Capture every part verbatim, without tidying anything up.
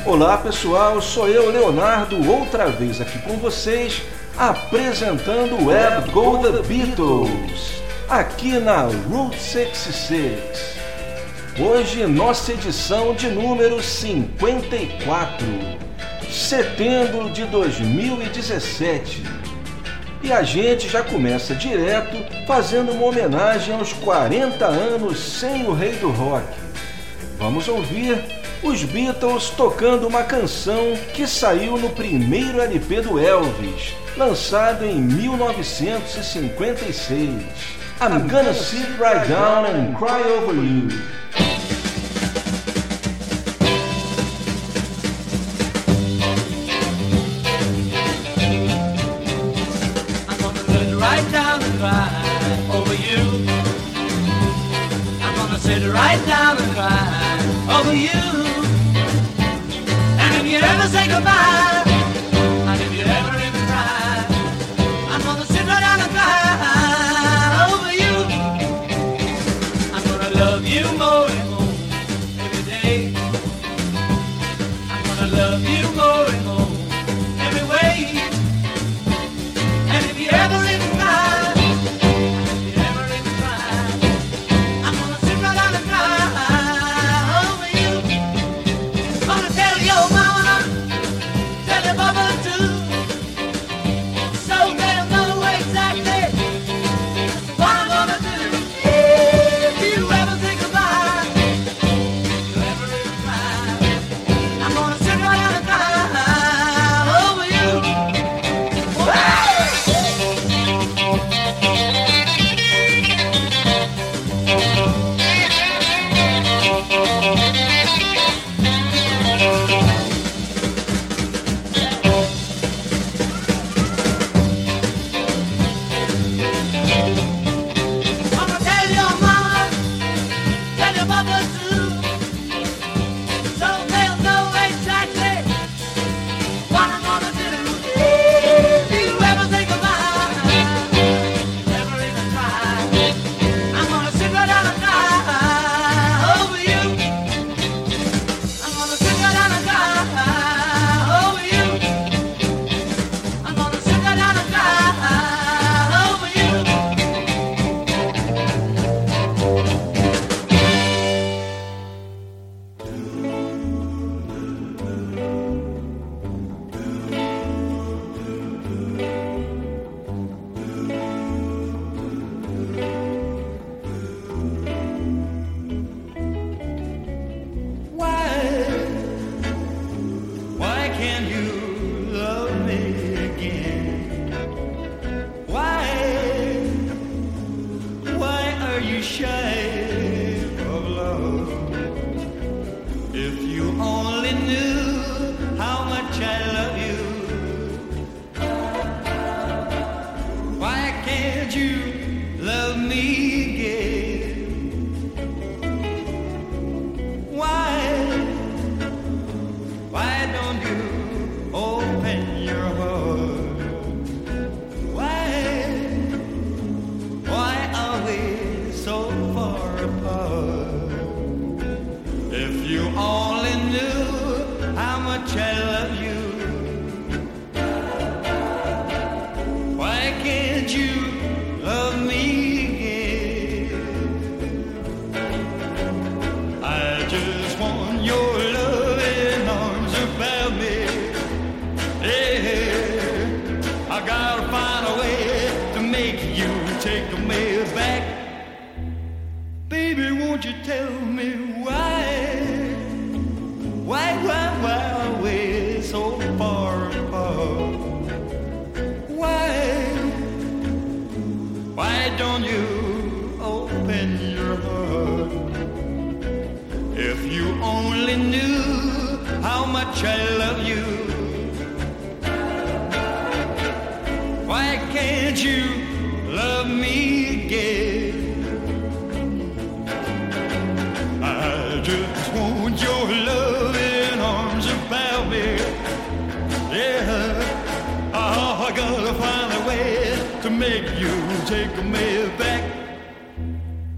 Olá pessoal, sou eu, Leonardo, outra vez aqui com vocês, apresentando o Web Go The Beatles, aqui na Route sessenta e seis. Hoje, nossa edição de número cinquenta e quatro, setembro de dois mil e dezessete. E a gente já começa direto fazendo uma homenagem aos quarenta anos sem o rei do rock. Vamos ouvir os Beatles tocando uma canção que saiu no primeiro L P do Elvis, lançado em mil novecentos e cinquenta e seis. I'm gonna sit right down and cry over you. Sit right down and cry over you. And if you ever say goodbye, and if you ever even cry, I'm gonna sit right down and cry over you. I'm gonna love you more and more every day. I'm gonna love you more and more every way. And if you ever even cry,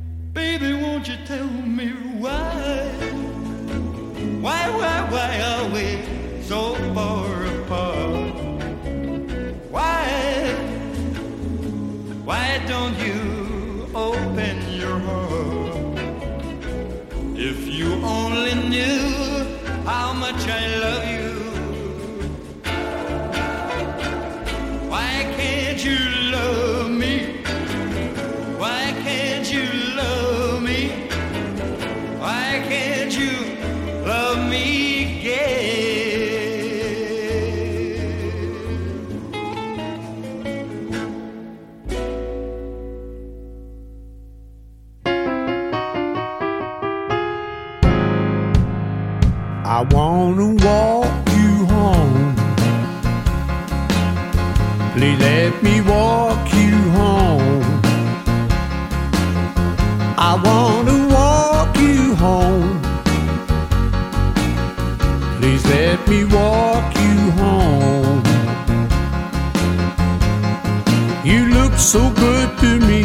why, why, why, why, we're so far apart? Why, why don't you open your heart? If you only knew how much I love you, why can't you love me? Why can't you love me? Why can't you love me again? I wanna walk you home. Please let me walk you home. I wanna walk you home. Please let me walk you home. You look so good to me.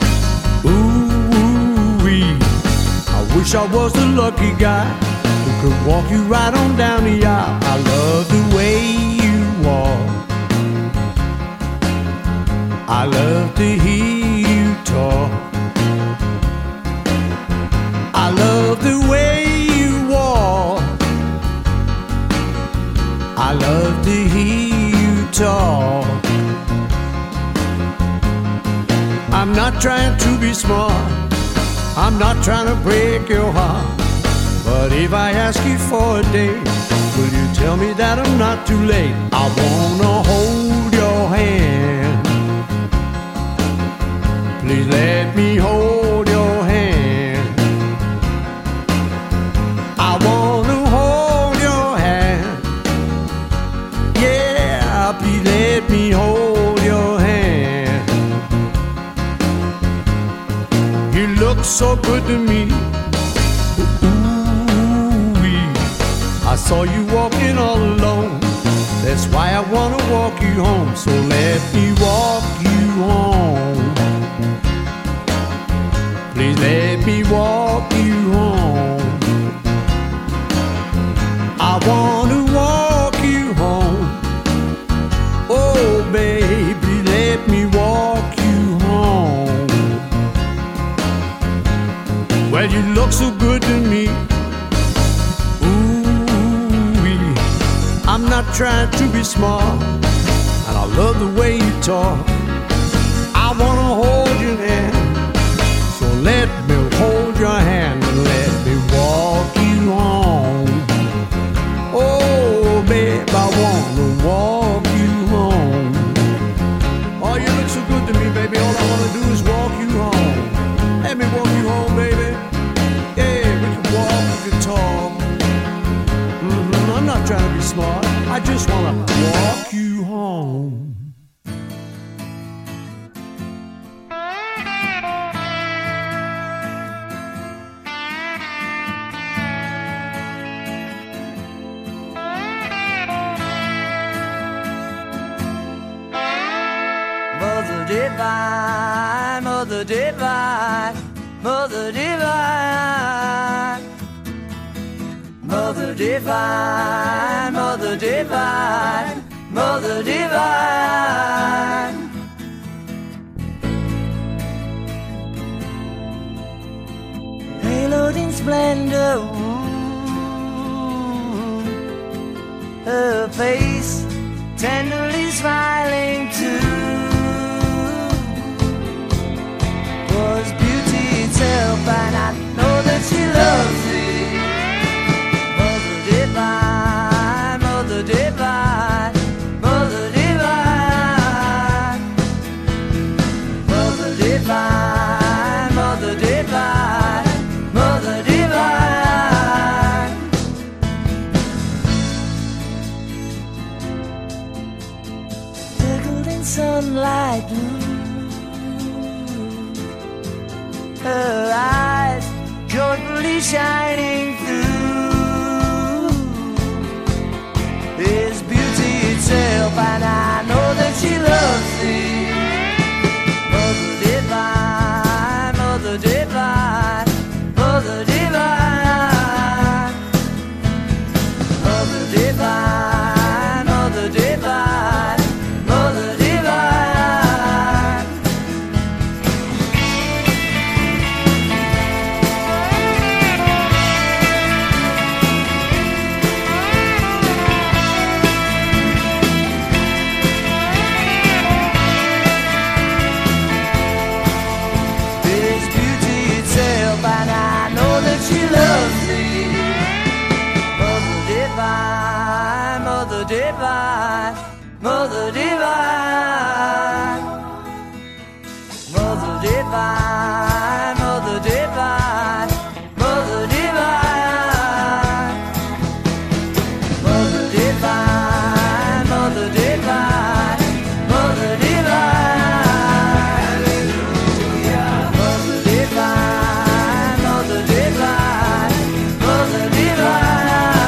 Ooh-wee. I wish I was the lucky guy who could walk you right on down the aisle. I love the way you walk. I love to hear you talk. I love the way you walk. I love to hear you talk. I'm not trying to be smart. I'm not trying to break your heart. But if I ask you for a date, will you tell me that I'm not too late? I wanna hold your hand. Please let me hold your hand. I wanna hold your hand. Yeah, please let me hold your hand. You look so good to me. Ooh-wee. I saw you walking all alone. That's why I wanna walk you home. So let me walk you home. Please let me walk you home. I wanna walk you home. Oh, baby, let me walk you home. Well, you look so good to me. Ooh-wee. I'm not trying to be smart, and I love the way you talk. I wanna hold your hand. So let me hold your hand and let me walk you home. Oh, babe, I wanna walk you home. Oh, you look so good to me, baby. All I wanna do is walk you home. Let me walk you home, baby. Yeah, we can walk, we can talk. Mm-hmm. I'm not trying to be smart. I just wanna walk you home. Mother divine, mother divine, mother divine, mother divine, mother divine, mother divine. Haloed in splendor, ooh, her face tenderly smiling too. Was beauty itself, and I know that she loves me. Mother divine, mother divine, mother divine, mother divine, mother divine, mother divine. Speckled in sunlight blue, her eyes joyfully shining through, is beauty itself, and I know that she loves me. Mother divine, mother divine, mother divine, mother divine. Mother Divine, Mother Divine, Mother Divine, Mother Divine, Mother Divine, Mother Divine, Mother Divine, Mother Divine, Mother Divine, Mother Divine, Mother Divine.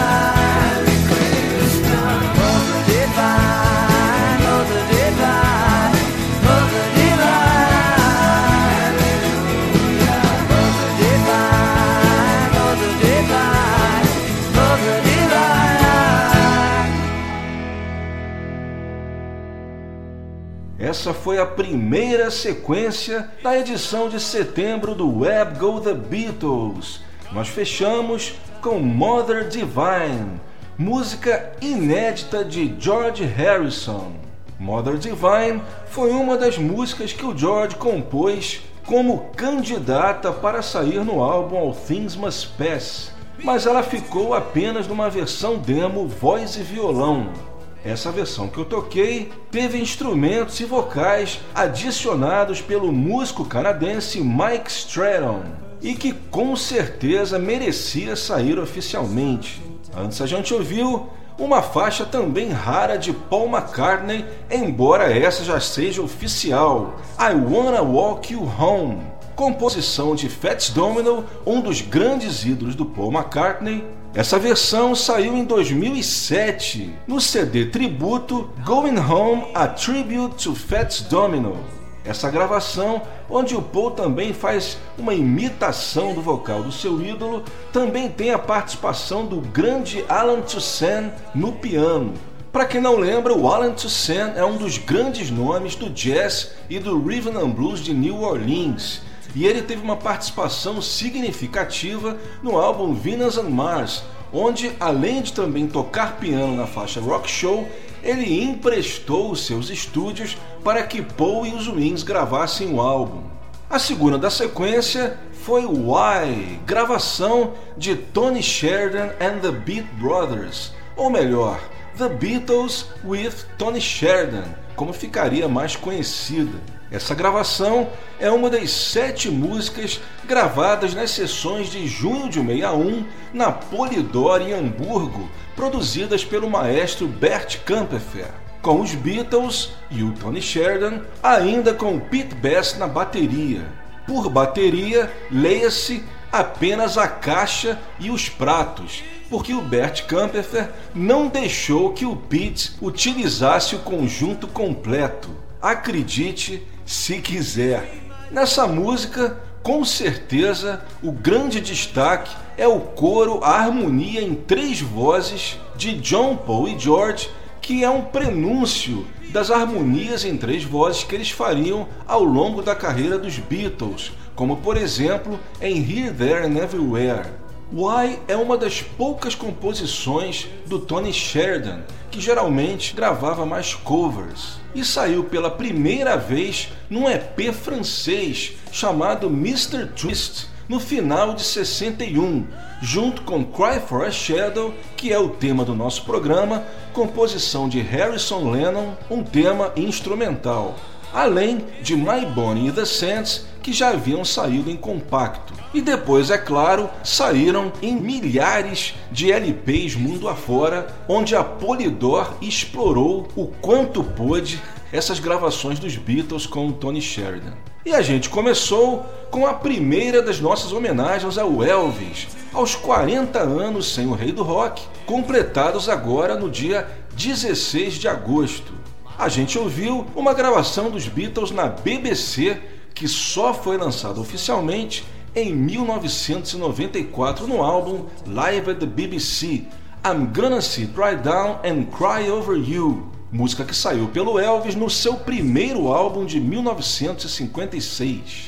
Essa foi a primeira sequência da edição de setembro do Web Go The Beatles. Nós fechamos com Mother Divine, música inédita de George Harrison. Mother Divine foi uma das músicas que o George compôs como candidata para sair no álbum All Things Must Pass, mas ela ficou apenas numa versão demo voz e violão. Essa versão que eu toquei teve instrumentos e vocais adicionados pelo músico canadense Mike Stratton e que com certeza merecia sair oficialmente. Antes a gente ouviu uma faixa também rara de Paul McCartney, embora essa já seja oficial, I Wanna Walk You Home, composição de Fats Domino, um dos grandes ídolos do Paul McCartney. Essa versão saiu em dois mil e sete, no C D tributo Going Home, A Tribute to Fats Domino. Essa gravação, onde o Paul também faz uma imitação do vocal do seu ídolo, também tem a participação do grande Alan Toussaint no piano. Para quem não lembra, o Alan Toussaint é um dos grandes nomes do jazz e do rhythm and blues de New Orleans, e ele teve uma participação significativa no álbum Venus and Mars, onde, além de também tocar piano na faixa Rock Show, ele emprestou os seus estúdios para que Paul e os Wings gravassem o álbum. A segunda da sequência foi Why, gravação de Tony Sheridan and the Beat Brothers, ou melhor, The Beatles with Tony Sheridan, como ficaria mais conhecida. Essa gravação é uma das sete músicas gravadas nas sessões de junho de sessenta e um na Polydor em Hamburgo, produzidas pelo maestro Bert Kaempfer, com os Beatles e o Tony Sheridan, ainda com Pete Best na bateria. Por bateria, leia-se apenas a caixa e os pratos, porque o Bert Kaempfer não deixou que o Pete utilizasse o conjunto completo. Acredite se quiser. Nessa música, com certeza, o grande destaque é o coro, a harmonia em três vozes de John, Paul e George, que é um prenúncio das harmonias em três vozes que eles fariam ao longo da carreira dos Beatles, como por exemplo em Here, There and Everywhere. Why é uma das poucas composições do Tony Sheridan, que geralmente gravava mais covers, e saiu pela primeira vez num E P francês chamado mister Twist, no final de sessenta e um, junto com Cry for a Shadow, que é o tema do nosso programa, composição de Harrison Lennon, um tema instrumental, além de My Bonnie and the Saints, que já haviam saído em compacto. E depois, é claro, saíram em milhares de L Ps mundo afora, onde a Polydor explorou o quanto pôde essas gravações dos Beatles com o Tony Sheridan. E a gente começou com a primeira das nossas homenagens ao Elvis, aos quarenta anos sem o rei do rock, completados agora no dia dezesseis de agosto. A gente ouviu uma gravação dos Beatles na B B C, que só foi lançada oficialmente em mil novecentos e noventa e quatro no álbum Live at the B B C, I'm Gonna Sit Right Down and Cry Over You, música que saiu pelo Elvis no seu primeiro álbum de mil novecentos e cinquenta e seis.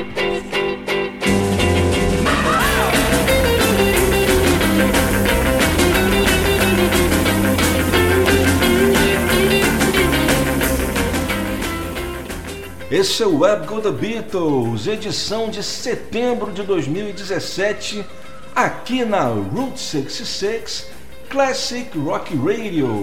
Esse é o Web Go The Beatles, edição de setembro de dois mil e dezessete, aqui na Route sessenta e seis Classic Rock Radio,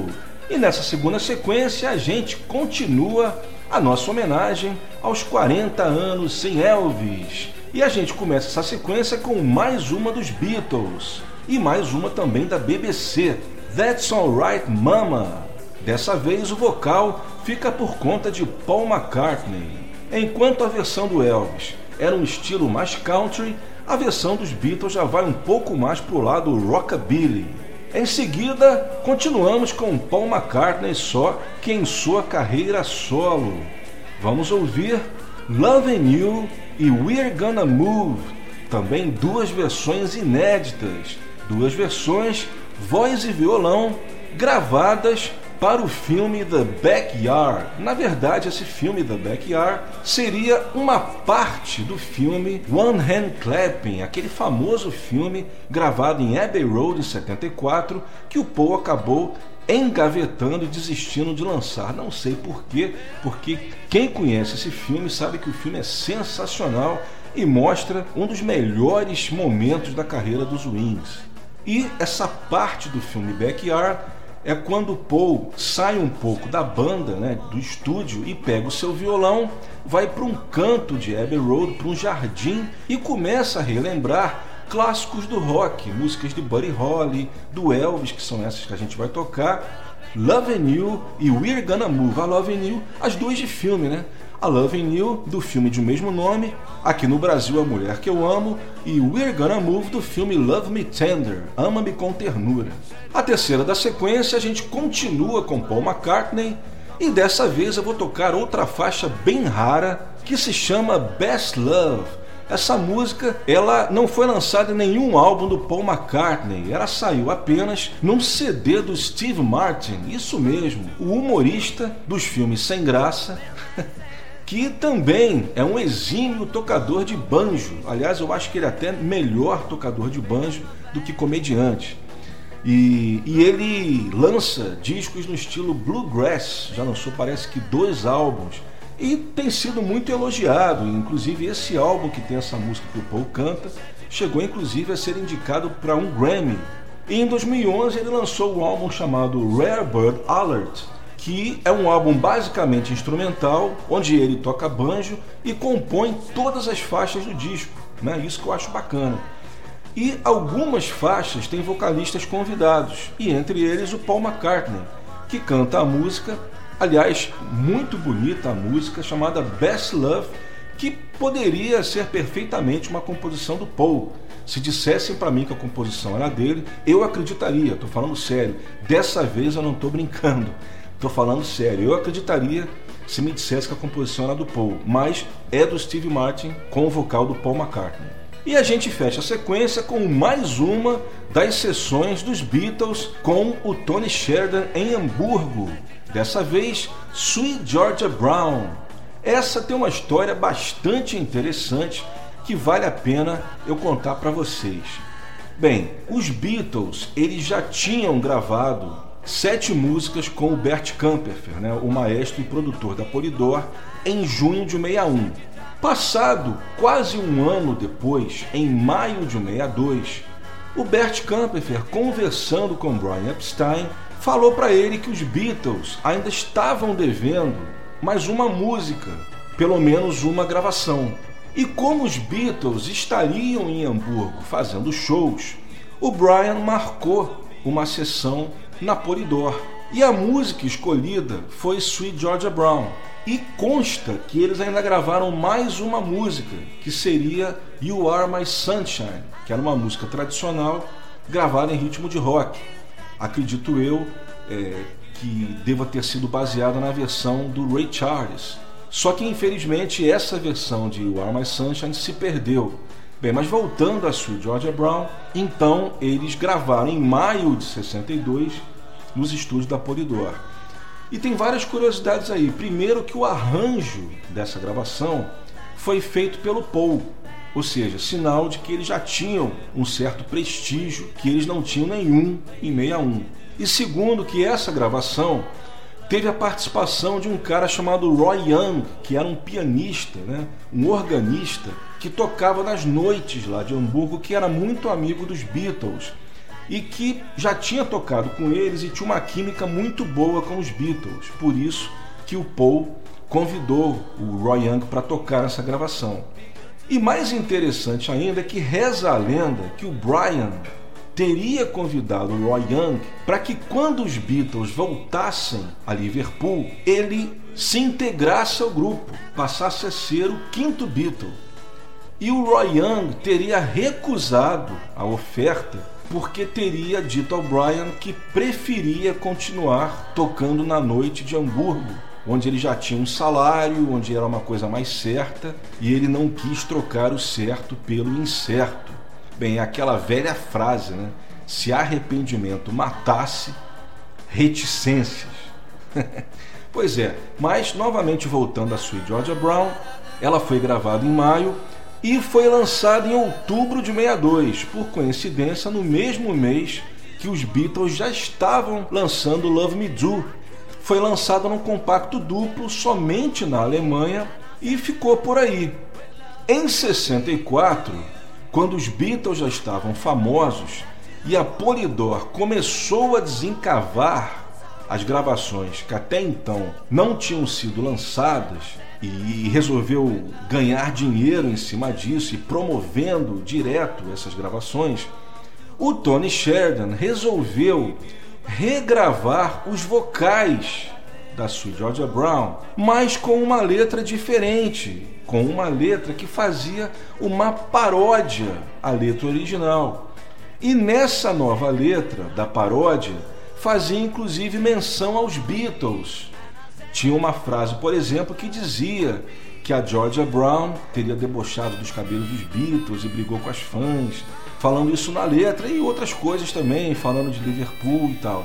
E nessa segunda sequência a gente continua a nossa homenagem aos quarenta anos sem Elvis. E a gente começa essa sequência com mais uma dos Beatles e mais uma também da B B C, That's Alright Mama. Dessa vez o vocal fica por conta de Paul McCartney. Enquanto a versão do Elvis era um estilo mais country, a versão dos Beatles já vai um pouco mais pro lado rockabilly. Em seguida, continuamos com Paul McCartney só que em sua carreira solo. Vamos ouvir Lovin' You e We're Gonna Move, também duas versões inéditas, duas versões voz e violão gravadas para o filme The Backyard. Na verdade, esse filme The Backyard seria uma parte do filme One Hand Clapping, aquele famoso filme gravado em Abbey Road em setenta e quatro, que o Paul acabou engavetando e desistindo de lançar. Não sei porquê, porque quem conhece esse filme sabe que o filme é sensacional e mostra um dos melhores momentos da carreira dos Wings. E essa parte do filme Backyard é quando o Paul sai um pouco da banda, né, do estúdio, e pega o seu violão, vai para um canto de Abbey Road, para um jardim, e começa a relembrar clássicos do rock, músicas de Buddy Holly, do Elvis, que são essas que a gente vai tocar, Lovin' You e We're Gonna Move. A Lovin' You, as duas de filme, né? A Lovin' You, do filme de mesmo nome, aqui no Brasil A Mulher Que Eu Amo, e We're Gonna Move, do filme Love Me Tender, Ama-me com Ternura. A terceira da sequência, a gente continua com Paul McCartney, e dessa vez eu vou tocar outra faixa bem rara, que se chama Best Love. Essa música, ela não foi lançada em nenhum álbum do Paul McCartney, ela saiu apenas num C D do Steve Martin, isso mesmo, o humorista dos filmes Sem Graça, que também é um exímio tocador de banjo. Aliás, eu acho que ele é até melhor tocador de banjo do que comediante. E, e ele lança discos no estilo bluegrass, já lançou parece que dois álbuns, e tem sido muito elogiado. Inclusive esse álbum que tem essa música que o Paul canta chegou inclusive a ser indicado para um Grammy. E em dois mil e onze ele lançou um álbum chamado Rare Bird Alert, que é um álbum basicamente instrumental, onde ele toca banjo e compõe todas as faixas do disco, né? Isso que eu acho bacana. E algumas faixas têm vocalistas convidados, e entre eles o Paul McCartney, que canta a música, aliás, muito bonita a música, chamada Best Love, que poderia ser perfeitamente uma composição do Paul. Se dissessem para mim que a composição era dele, eu acreditaria, estou falando sério. Dessa vez eu não estou brincando, estou falando sério. Eu acreditaria se me dissesse que a composição era do Paul, mas é do Steve Martin com o vocal do Paul McCartney. E a gente fecha a sequência com mais uma das sessões dos Beatles com o Tony Sheridan em Hamburgo. Dessa vez, Sweet Georgia Brown. Essa tem uma história bastante interessante que vale a pena eu contar para vocês. Bem, os Beatles eles já tinham gravado sete músicas com o Bert Kaempfer, né, o maestro e produtor da Polydor, em junho de sessenta e um. Passado quase um ano depois, em maio de sessenta e dois, o Bert Kaempfer, conversando com Brian Epstein, falou para ele que os Beatles ainda estavam devendo mais uma música, pelo menos uma gravação. E como os Beatles estariam em Hamburgo fazendo shows, o Brian marcou uma sessão na Polydor. E a música escolhida foi Sweet Georgia Brown. E consta que eles ainda gravaram mais uma música, que seria You Are My Sunshine, que era uma música tradicional gravada em ritmo de rock. Acredito eu é, que deva ter sido baseada na versão do Ray Charles. Só que infelizmente essa versão de You Are My Sunshine se perdeu. Bem, mas voltando a Sweet Georgia Brown, então eles gravaram em maio de sessenta e dois nos estúdios da Polydor. E tem várias curiosidades aí. Primeiro que o arranjo dessa gravação foi feito pelo Paul, ou seja, sinal de que eles já tinham um certo prestígio que eles não tinham nenhum em sessenta e um. E segundo que essa gravação teve a participação de um cara chamado Roy Young, que era um pianista, né, um organista, que tocava nas noites lá de Hamburgo, que era muito amigo dos Beatles. e que já tinha tocado com eles e tinha uma química muito boa com os Beatles. Por isso que o Paul convidou o Roy Young para tocar essa gravação. E mais interessante ainda é que reza a lenda que o Brian teria convidado o Roy Young para que quando os Beatles voltassem a Liverpool, ele se integrasse ao grupo, passasse a ser o quinto Beatle. E o Roy Young teria recusado a oferta porque teria dito ao Brian que preferia continuar tocando na noite de Hamburgo, onde ele já tinha um salário, onde era uma coisa mais certa, e ele não quis trocar o certo pelo incerto. Bem, é aquela velha frase, né? Se arrependimento matasse, reticências. Pois é, mas novamente voltando a Sweet Georgia Brown, ela foi gravada em maio e foi lançada em outubro de sessenta e dois, por coincidência no mesmo mês que os Beatles já estavam lançando Love Me Do. Foi lançada num compacto duplo somente na Alemanha e ficou por aí. Em sessenta e quatro, quando os Beatles já estavam famosos e a Polydor começou a desencavar as gravações que até então não tinham sido lançadas e resolveu ganhar dinheiro em cima disso e promovendo direto essas gravações, o Tony Sheridan resolveu regravar os vocais da Sweet Georgia Brown, mas com uma letra diferente, com uma letra que fazia uma paródia à letra original. E nessa nova letra da paródia fazia inclusive menção aos Beatles. Tinha uma frase, por exemplo, que dizia que a Georgia Brown teria debochado dos cabelos dos Beatles e brigou com as fãs, falando isso na letra, e outras coisas também, falando de Liverpool e tal.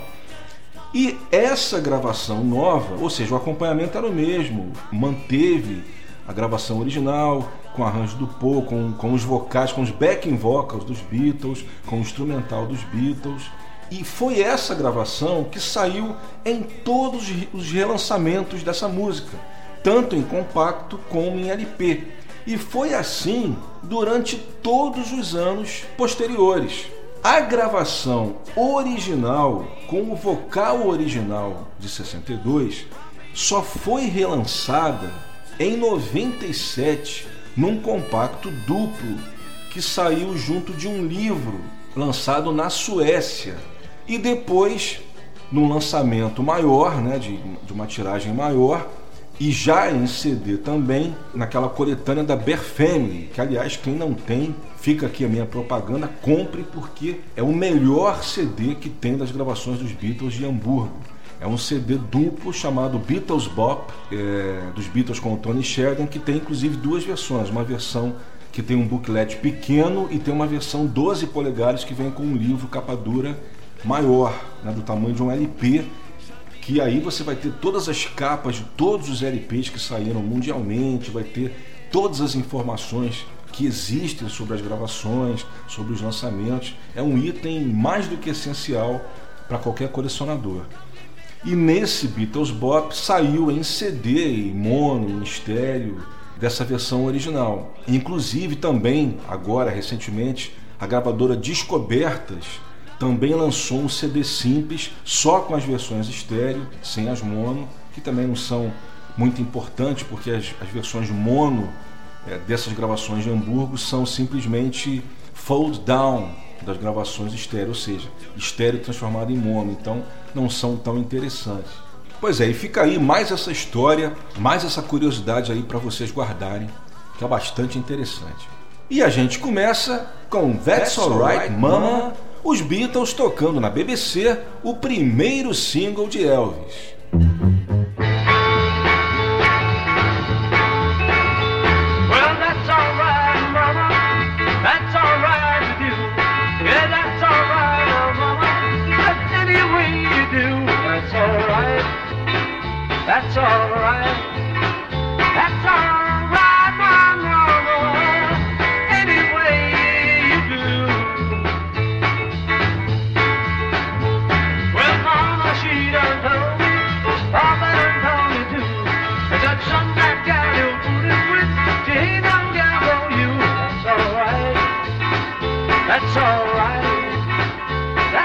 E essa gravação nova, ou seja, o acompanhamento era o mesmo, manteve a gravação original, com o arranjo do Paul, com, com os vocais, com os backing vocals dos Beatles, com o instrumental dos Beatles. E foi essa gravação que saiu em todos os relançamentos dessa música, tanto em compacto como em L P. E foi assim durante todos os anos posteriores. A gravação original, com o vocal original de sessenta e dois, só foi relançada em noventa e sete, num compacto duplo que saiu junto de um livro lançado na Suécia. E depois, num lançamento maior, né, de, de uma tiragem maior, e já em C D também, naquela coletânea da Bear Family, que aliás quem não tem, fica aqui a minha propaganda, compre, porque é o melhor C D que tem das gravações dos Beatles de Hamburgo. É um C D duplo chamado Beatles Bop, é, dos Beatles com o Tony Sheridan, que tem inclusive duas versões, uma versão que tem um booklet pequeno e tem uma versão doze polegadas que vem com um livro capa dura maior, né, do tamanho de um L P, que aí você vai ter todas as capas de todos os L Ps que saíram mundialmente, vai ter todas as informações que existem sobre as gravações, sobre os lançamentos. É um item mais do que essencial para qualquer colecionador. E nesse Beatles Bop saiu em C D, em mono, em estéreo, dessa versão original. Inclusive também, agora recentemente, a gravadora Descobertas também lançou um C D simples, só com as versões estéreo, sem as mono, que também não são muito importantes, porque as, as versões mono é, dessas gravações de Hamburgo são simplesmente fold down das gravações estéreo, ou seja, estéreo transformado em mono, então não são tão interessantes. Pois é, e fica aí mais essa história, mais essa curiosidade aí para vocês guardarem, que é bastante interessante. E a gente começa com That's Alright Mama, os Beatles tocando na B B C o primeiro single de Elvis. Well, that's alright, mama. That's alright with you. Yeah, that's alright, oh, mama. That's any way you do. That's alright. That's alright. That's alright, mama. Any way you do. Well, mama, she done told me, Papa done told me too, that some that gal you're fooling with, she ain't no gal for you. That's alright. That's alright.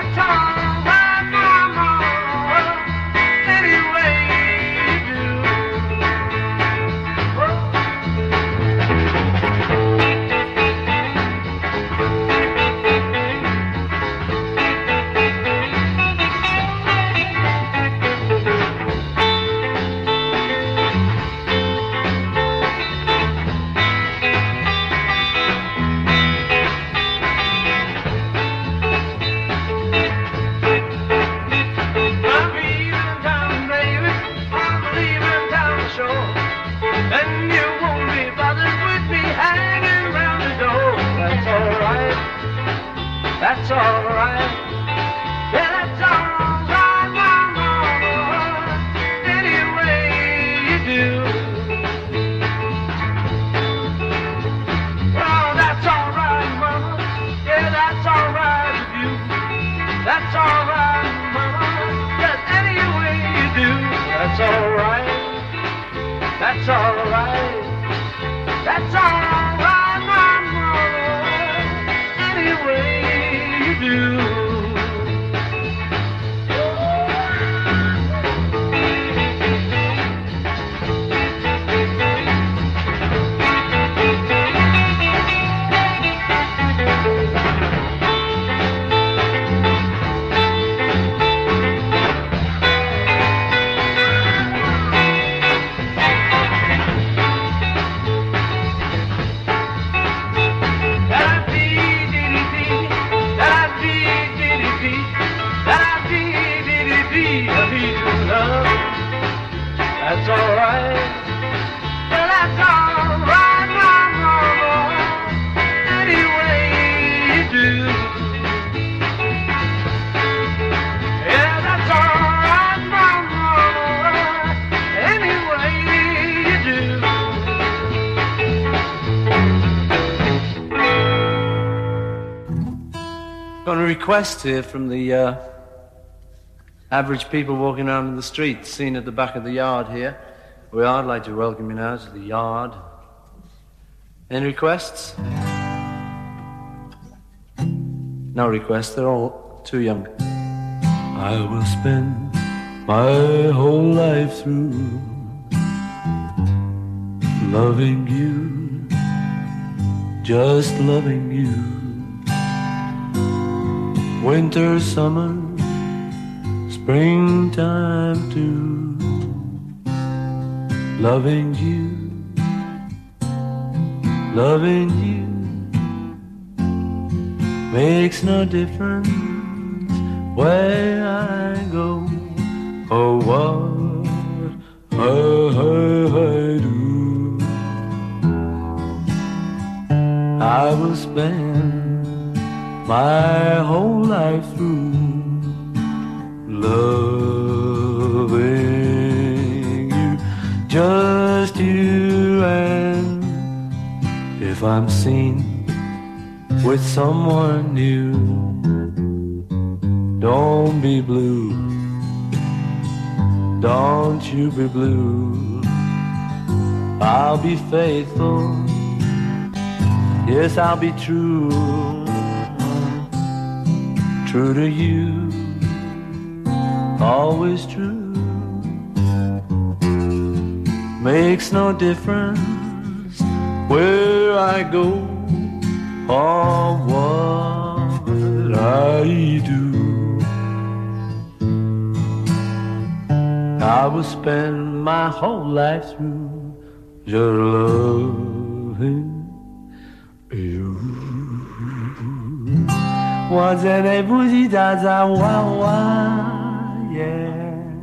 That's all right. That's all right, my mother. Any way you do. That's all right. Well, that's all right, my mama. Any way you do. Yeah, that's all right, my mama. Any way you do. Got a request here from the uh, average people walking around in the street, seen at the back of the yard here. Well, I'd like to welcome you now to the yard. Any requests? No requests, they're all too young. I will spend my whole life through loving you, just loving you. Winter, summer, springtime too, loving you, loving you, makes no difference where I go or what I, I do. I will spend my whole life through loving you, just you. And if I'm seen with someone new, don't be blue, don't you be blue. I'll be faithful, yes, I'll be true, true to you, always true. Makes no difference where I go or what I do. I will spend my whole life through just loving you. Was it a boozy da wah wah, yeah.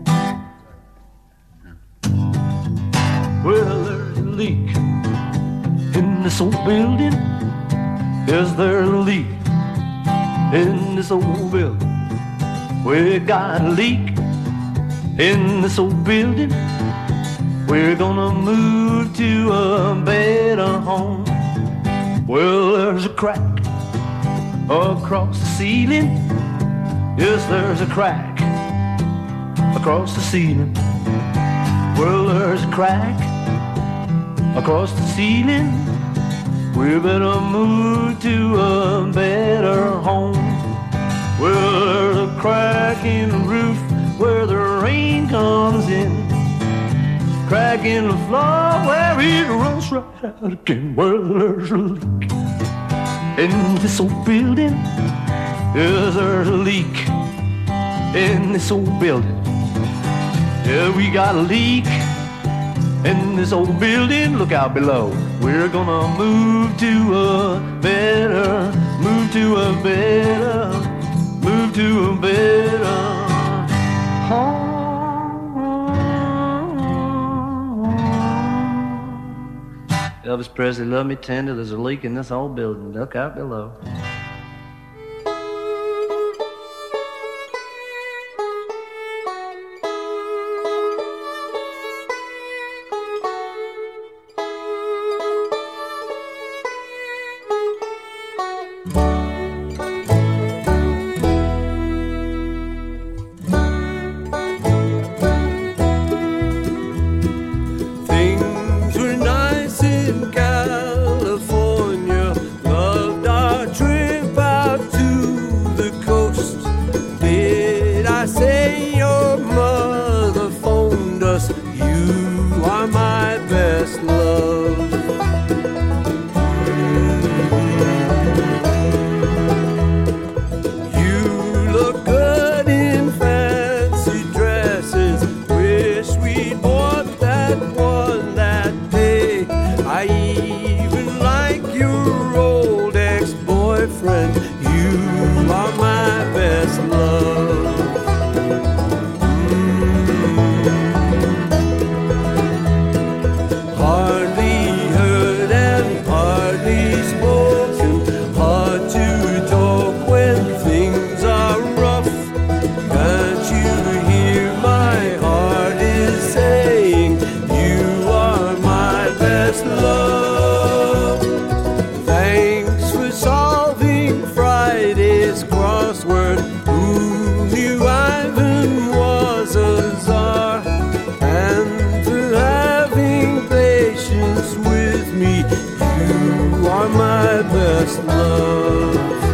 Well, there's a leak in this old building. Is there a leak in this old building? We got a leak in this old building. We're gonna move to a better home. Well, there's a crack across the ceiling. Yes, there's a crack across the ceiling. Well, there's a crack across the ceiling. We better move to a better home. Well, there's a crack in the roof where the rain comes in. Crack in the floor where it runs right out again. Well, there's a leak in this old building. Yes, there's a leak in this old building. Yeah, we got a leak in this old building. Look out below. We're gonna move to a better, move to a better, move to a better home. Elvis Presley, love me tender. There's a leak in this old building. Look out below. Things say your mother phoned us. You are my best love. You look good in fancy dresses. Wish we'd bought that one that day. I even like your old ex-boyfriend. You are my best love. Hardly heard and hardly spoken. Hard to talk when things are rough. Can't you hear my heart is saying you are my best love? Thanks for solving Friday's crossword. Who knew Ivan was a czar? And for having patience with me, you are my best love.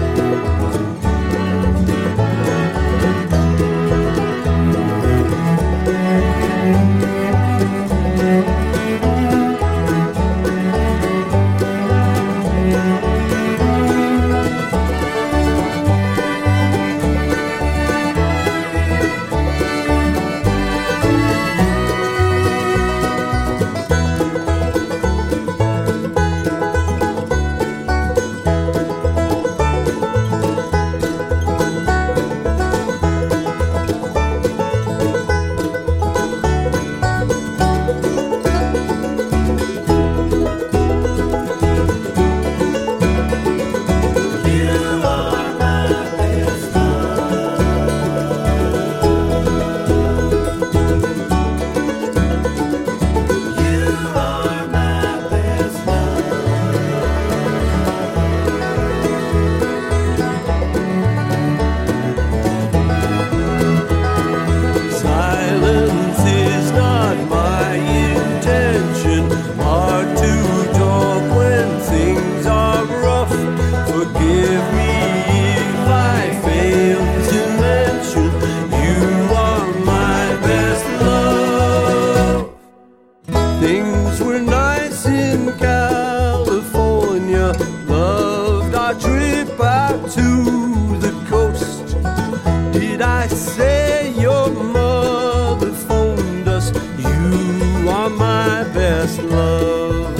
Silence is not my intention. Hard to talk when things are rough. Forgive me if I fail to mention you are my best love. Things were nice in California. Loved our trip out to the coast. Did I say your mother phoned us? You are my best love.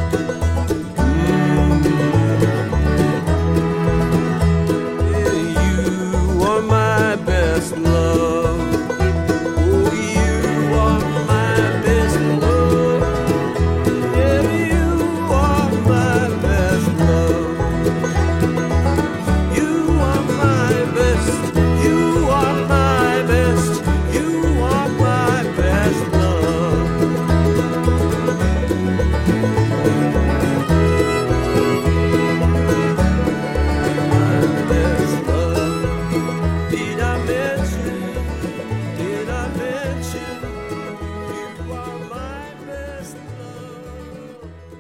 Mm. Yeah, you are my best love. Oh, you are my best love. Yeah, you are my best love. You are my best. You are my best. You are my best love. My best love. Did I mention? Did I mention? You are my best love.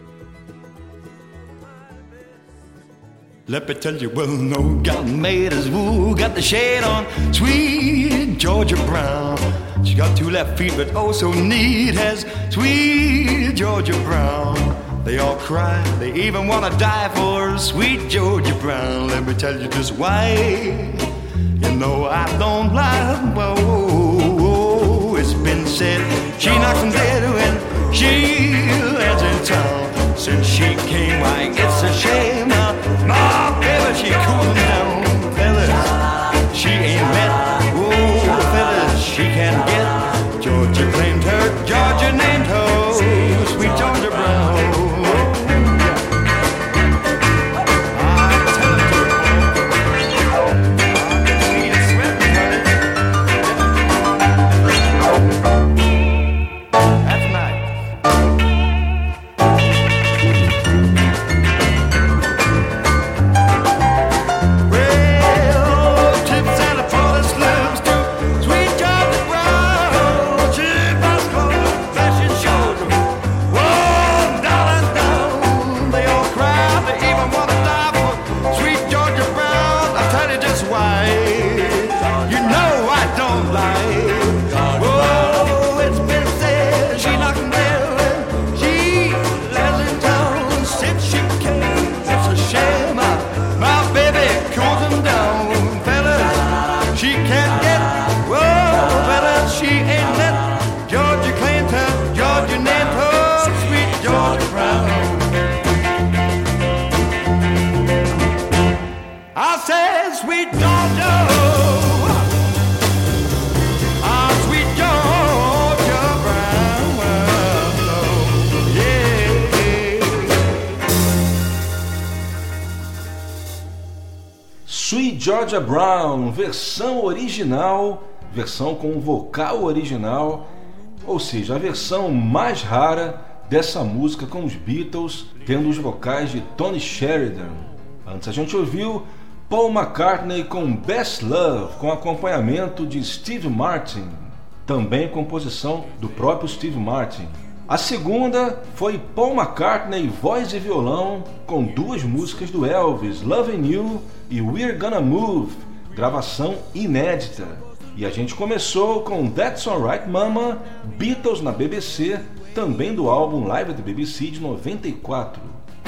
My best. Let me tell you, well, no gal made as woo, got the shade on, sweet Georgia Brown. She got two left feet, but oh so neat as sweet Georgia Brown. They all cry, they even wanna die for sweet Georgia Brown. Let me tell you just why. You know I don't lie. Whoa, whoa, whoa. It's been said she knocks them dead when she lands in town. Since she came, why it's a shame. Now, nah, baby, she cooled down, fellas. She ain't met, oh, fellas, she can't get. Georgia claimed her, Georgia named her, sweet Georgia Brown. I tell it to her, I can see the sweat, honey. Georgia Brown, versão original, versão com vocal original, ou seja, a versão mais rara dessa música com os Beatles, tendo os vocais de Tony Sheridan. Antes a gente ouviu Paul McCartney com Best Love, com acompanhamento de Steve Martin, também composição do próprio Steve Martin. A segunda foi Paul McCartney, voz e violão, com duas músicas do Elvis, Lovin' You e We're Gonna Move, gravação inédita. E a gente começou com That's Alright Mama, Beatles na B B C, também do álbum Live at the B B C de noventa e quatro.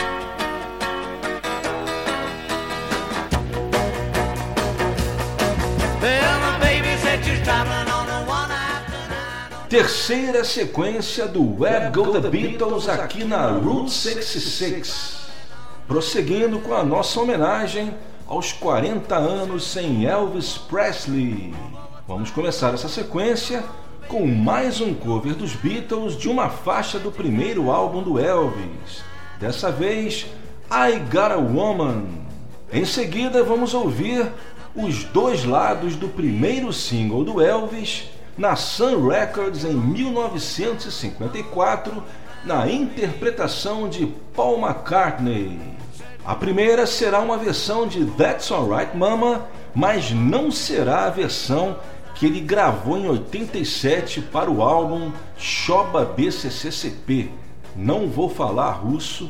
Terceira sequência do Web Go The Beatles aqui na Route sessenta e seis, prosseguindo com a nossa homenagem aos quarenta anos sem Elvis Presley. Vamos começar essa sequência com mais um cover dos Beatles de uma faixa do primeiro álbum do Elvis, dessa vez I Got a Woman. Em seguida vamos ouvir os dois lados do primeiro single do Elvis na Sun Records em mil novecentos e cinquenta e quatro, na interpretação de Paul McCartney. A primeira será uma versão de That's Alright Mama, mas não será a versão que ele gravou em oitenta e sete para o álbum Shoba B C C C P. Não vou falar russo,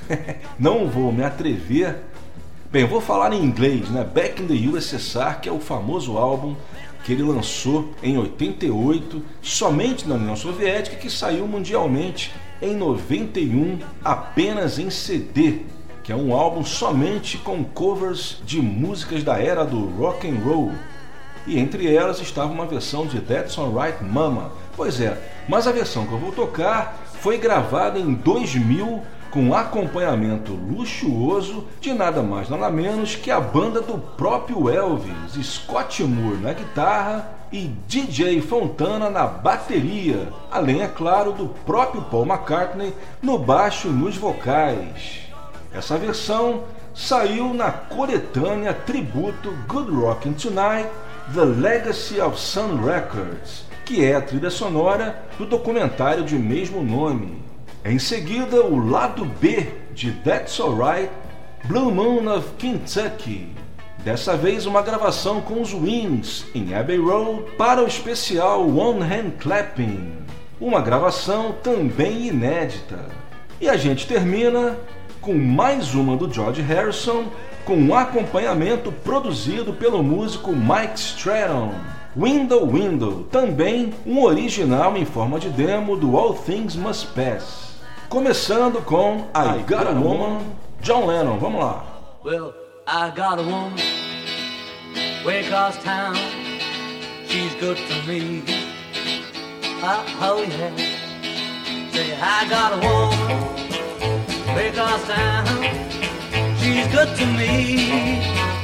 não vou me atrever. Bem, vou falar em inglês, né? Back in the U S S R, que é o famoso álbum que ele lançou em oitenta e oito, somente na União Soviética, que saiu mundialmente em noventa e um, apenas em C D, que é um álbum somente com covers de músicas da era do rock and roll. E entre elas estava uma versão de That's Alright Mama. Pois é, mas a versão que eu vou tocar foi gravada em dois mil com acompanhamento luxuoso de nada mais nada menos que a banda do próprio Elvis, Scott Moore na guitarra e D J Fontana na bateria, além, é claro, do próprio Paul McCartney no baixo e nos vocais. Essa versão saiu na coletânea tributo Good Rockin' Tonight, The Legacy of Sun Records, que é a trilha sonora do documentário de mesmo nome. Em seguida, o lado B de That's Alright, Blue Moon of Kentucky. Dessa vez uma gravação com os Wings em Abbey Road para o especial One Hand Clapping, uma gravação também inédita. E a gente termina com mais uma do George Harrison, com um acompanhamento produzido pelo músico Mike Stratton, Window Window, também um original em forma de demo do All Things Must Pass. Começando com I Got a Woman, John Lennon, vamos lá. Well, I got a woman way across town. She's good to me. Oh, oh yeah. Say, I got a woman way across town. She's good to me.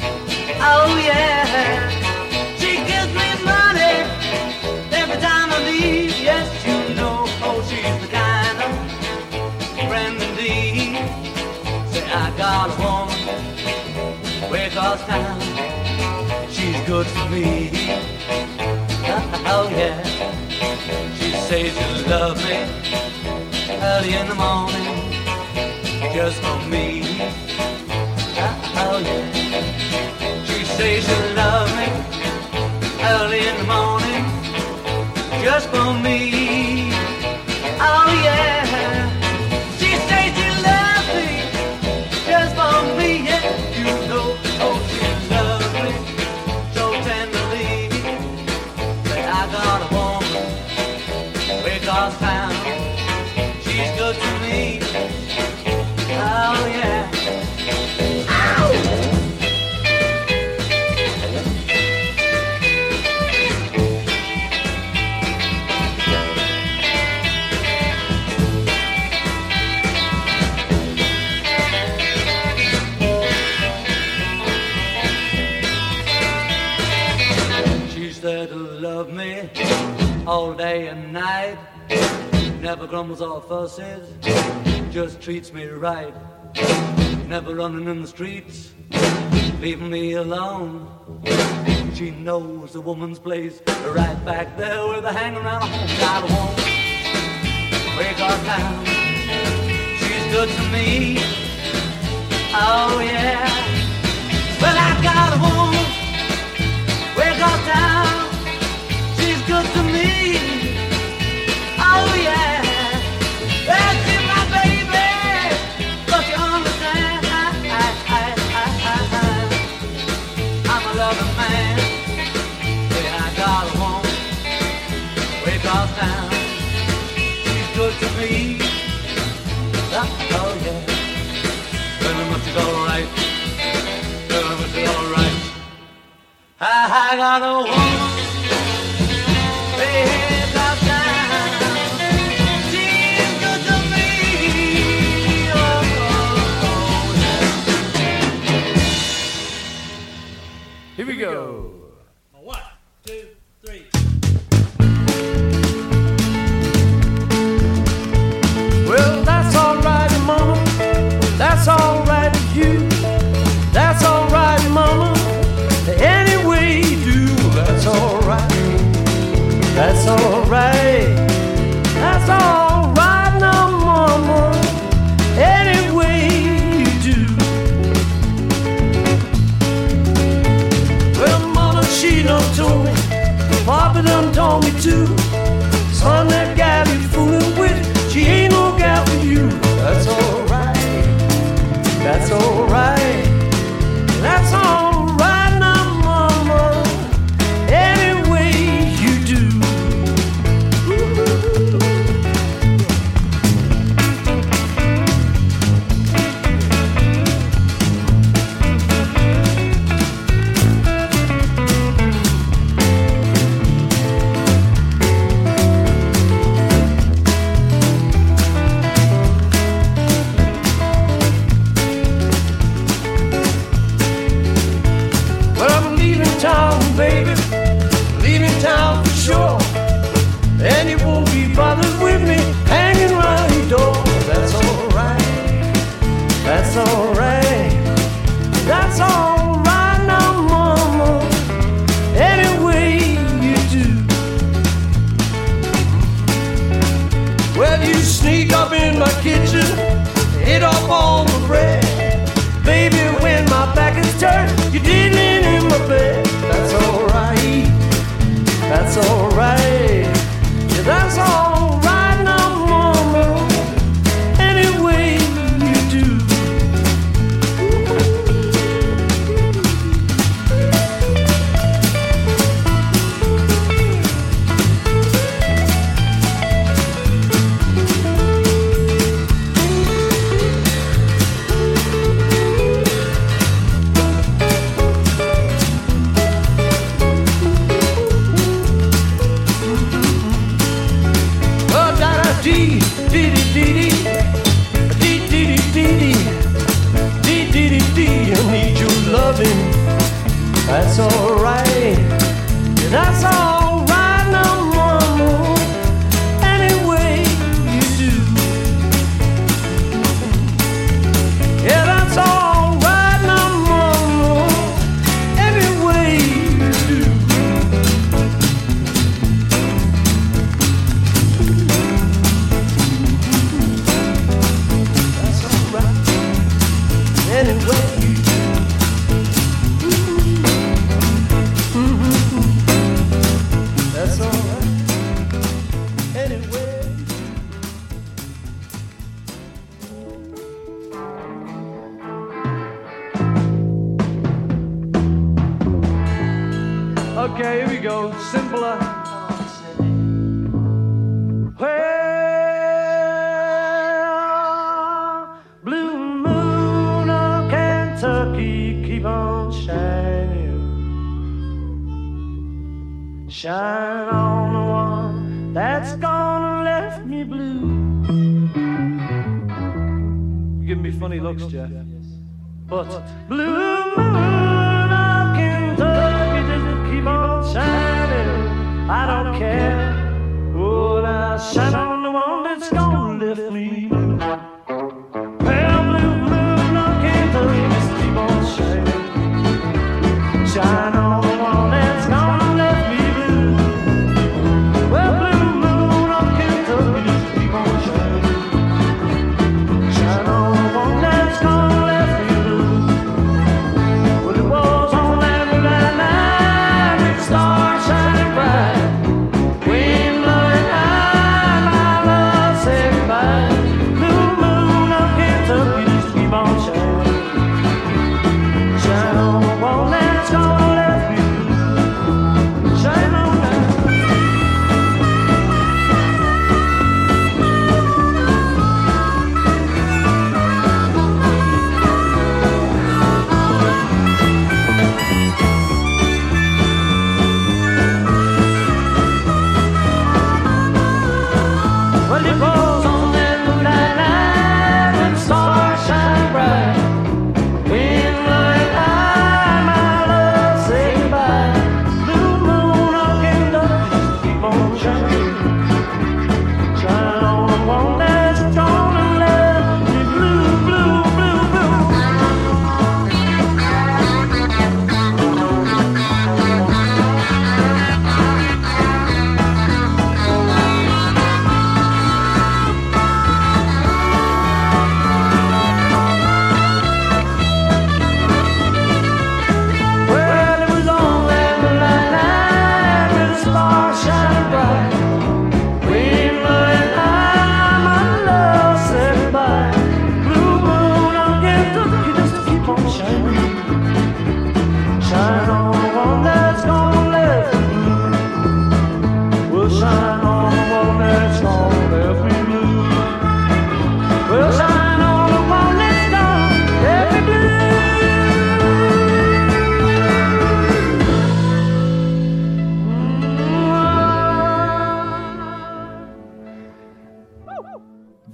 Oh yeah. She gives me money every time I leave. Yes, you know, oh, she's the kind of friend indeed. Say, I got a woman way across town. She's good to me. Oh yeah. She says she loves me early in the morning, just for me. Oh yeah. She says she loves me early in the morning, just for me. Oh yeah. She says she loves me just for me. Yeah, you know, oh she loves me so tenderly. Say, I got a woman way across town. She's good to me. Oh yeah. Love me all day and night, never grumbles or fusses, just treats me right. Never running in the streets, leave me alone. She knows the woman's place right back there with a hanging around home. God won't break her down. She's good to me. Oh yeah. Well, I got a woman break her down. She's good to me. Oh yeah. That's it, my baby. But you understand, I, I, I, I, I, I'm a loving man. Yeah, I got a woman way across town. She's good to me. Oh yeah. Very much is alright. Very much is alright. I, I got a woman way across town. She's good to me. Oh, oh, oh yeah. Here we go. One, two, three. Well, that's alright, Mama. That's alright with you. That's alright, Mama. Any way you do, that's alright. That's alright. That's alright now, Mama. Any way you do. Well, Mama, she done told me. Papa done told me too. Son, that gal you fooling with, she ain't no gal for you. That's alright. That's alright. That's alright now, Mama. Any way you do. Well, I'm leaving town, baby. Leaving town for sure. And you won't be bothered with me hanging around your door. That's alright. That's alright. That's alright now, Mama. Any way you do. Well, you sneak up in my kitchen, hit off all the bread. Baby, when my back is turned, you diddling in my bed. That's alright. That's alright. Yeah, that's alright now, Mama. Any way you do. Oh, da da dee, dee dee dee dee, dee dee dee dee dee, dee dee dee dee. I need your loving. That's alright. Yeah, that's alright now, Mama. Any way you do. Yeah, that's alright now, Mama. Any way you do. That's alright. Any way you do. Mm-hmm. That's alright. Any way you do. Okay, here we go. Simpler. Well, blue moon of Kentucky, keep on shining. Shine on the one that's gonna left me blue. You give me funny looks, Jeff. But blue moon of Kentucky, just keep on shining. I don't care. Oh, now shine on the one that's gonna lift me blue. Well, blue moon of Kentucky, just keep on shining.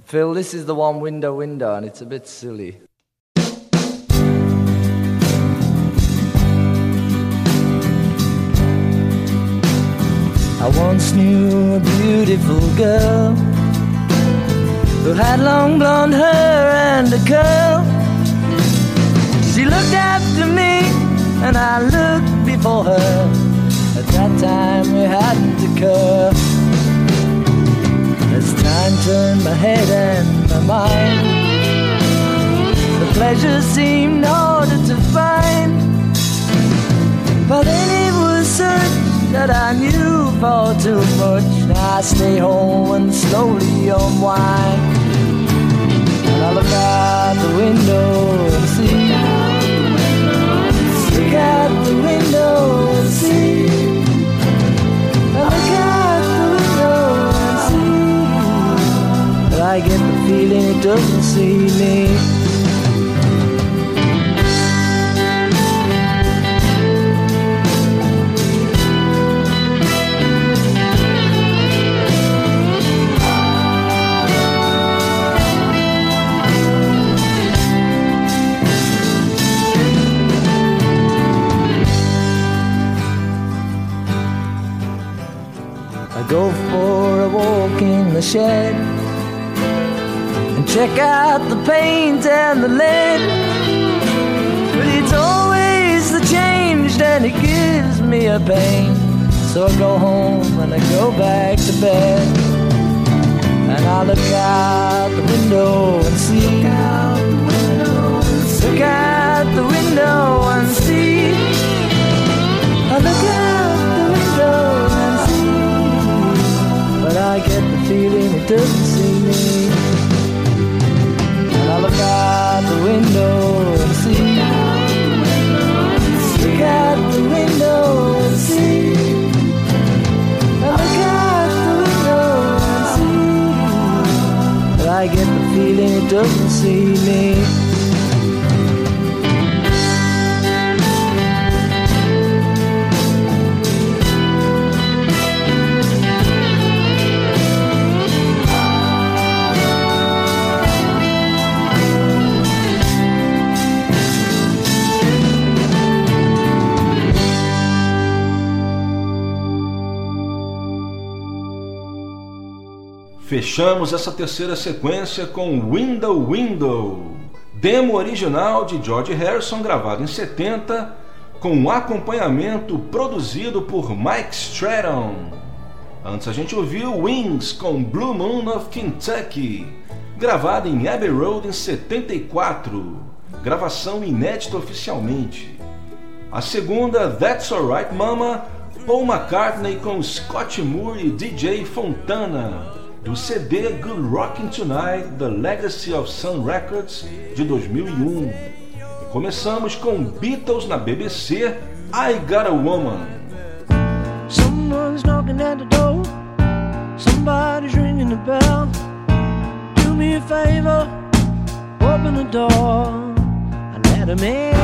Phil, this is the one, Window, Window, and it's a bit silly. I once knew a beautiful girl who had long blonde hair and a curl. She looked after me and I looked before her. At that time we hadn't occurred. As time turned my head and my mind, the pleasure seemed harder to find. But then it was certain that I knew far too much. Now I stay home and slowly unwind. And I look out the window and see. Look out the window and see. I look out the window and see. But I get the feeling it doesn't see me. Go for a walk in the shed and check out the paint and the lead. But it's always the change and it gives me a pain. So I go home and I go back to bed. And I look out the window and see. Look out the window and see. Look out the window and see. I look out the window and see. But I get the feeling it doesn't see me. And I look out the window and see. Look out the window and see. I look out the window and see. But I get the feeling it doesn't see me. Fechamos essa terceira sequência com Window Window, demo original de George Harrison, gravado em setenta, com um acompanhamento produzido por Mike Stratton. Antes a gente ouviu Wings com Blue Moon of Kentucky, gravado em Abbey Road em setenta e quatro, gravação inédita oficialmente. A segunda, That's Alright Mama, Paul McCartney com Scott Moore e D J Fontana, do C D Good Rockin' Tonight, The Legacy of Sun Records, de dois mil e um. E começamos com Beatles na B B C, I Got a Woman. Someone's knocking at the door, somebody's ringing the bell. Do me a favor, open the door, and let him in.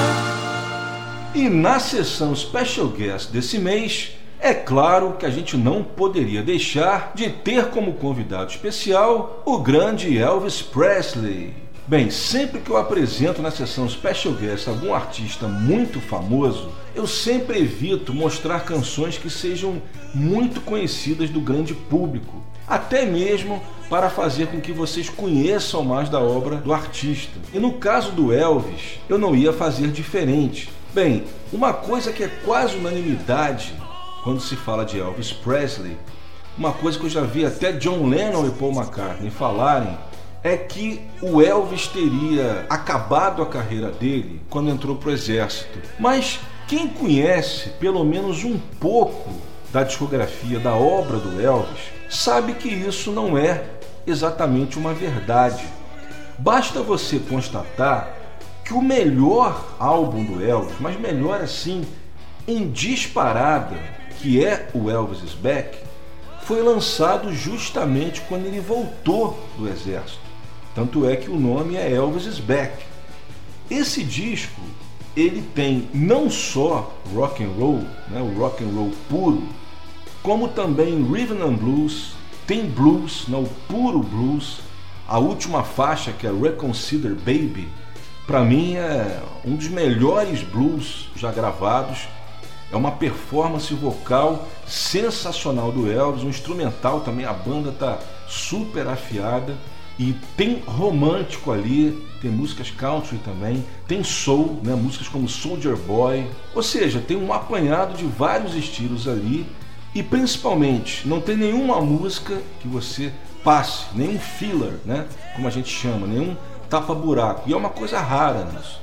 E na sessão Special Guest desse mês, é claro que a gente não poderia deixar de ter como convidado especial o grande Elvis Presley. Bem, sempre que eu apresento na sessão Special Guest algum artista muito famoso, eu sempre evito mostrar canções que sejam muito conhecidas do grande público, até mesmo para fazer com que vocês conheçam mais da obra do artista. E no caso do Elvis, eu não ia fazer diferente. Bem, uma coisa que é quase unanimidade quando se fala de Elvis Presley, uma coisa que eu já vi até John Lennon e Paul McCartney falarem, é que o Elvis teria acabado a carreira dele quando entrou para o exército. Mas quem conhece pelo menos um pouco da discografia, da obra do Elvis, sabe que isso não é exatamente uma verdade. Basta você constatar que o melhor álbum do Elvis, mas melhor assim, em disparada, que é o Elvis is Back, foi lançado justamente quando ele voltou do exército. Tanto é que o nome é Elvis is Back. Esse disco, ele tem não só rock and roll, né, o rock and roll puro, como também rhythm and blues, tem blues, né, o puro blues, A última faixa, que é Reconsider Baby, para mim é um dos melhores blues já gravados. É uma performance vocal sensacional do Elvis, um instrumental também, a banda tá super afiada. E tem romântico ali, tem músicas country também, tem soul, né? Músicas como Soldier Boy. Ou seja, tem um apanhado de vários estilos ali. E principalmente, não tem nenhuma música que você passe, nenhum filler, né? Como a gente chama, nenhum tapa-buraco. E é uma coisa rara nisso.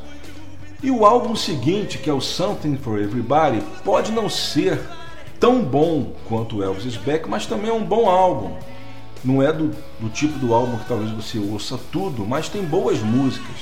E o álbum seguinte, que é o Something for Everybody, pode não ser tão bom quanto o Elvis is Back, mas também é um bom álbum. Não é do, do tipo do álbum que talvez você ouça tudo, mas tem boas músicas.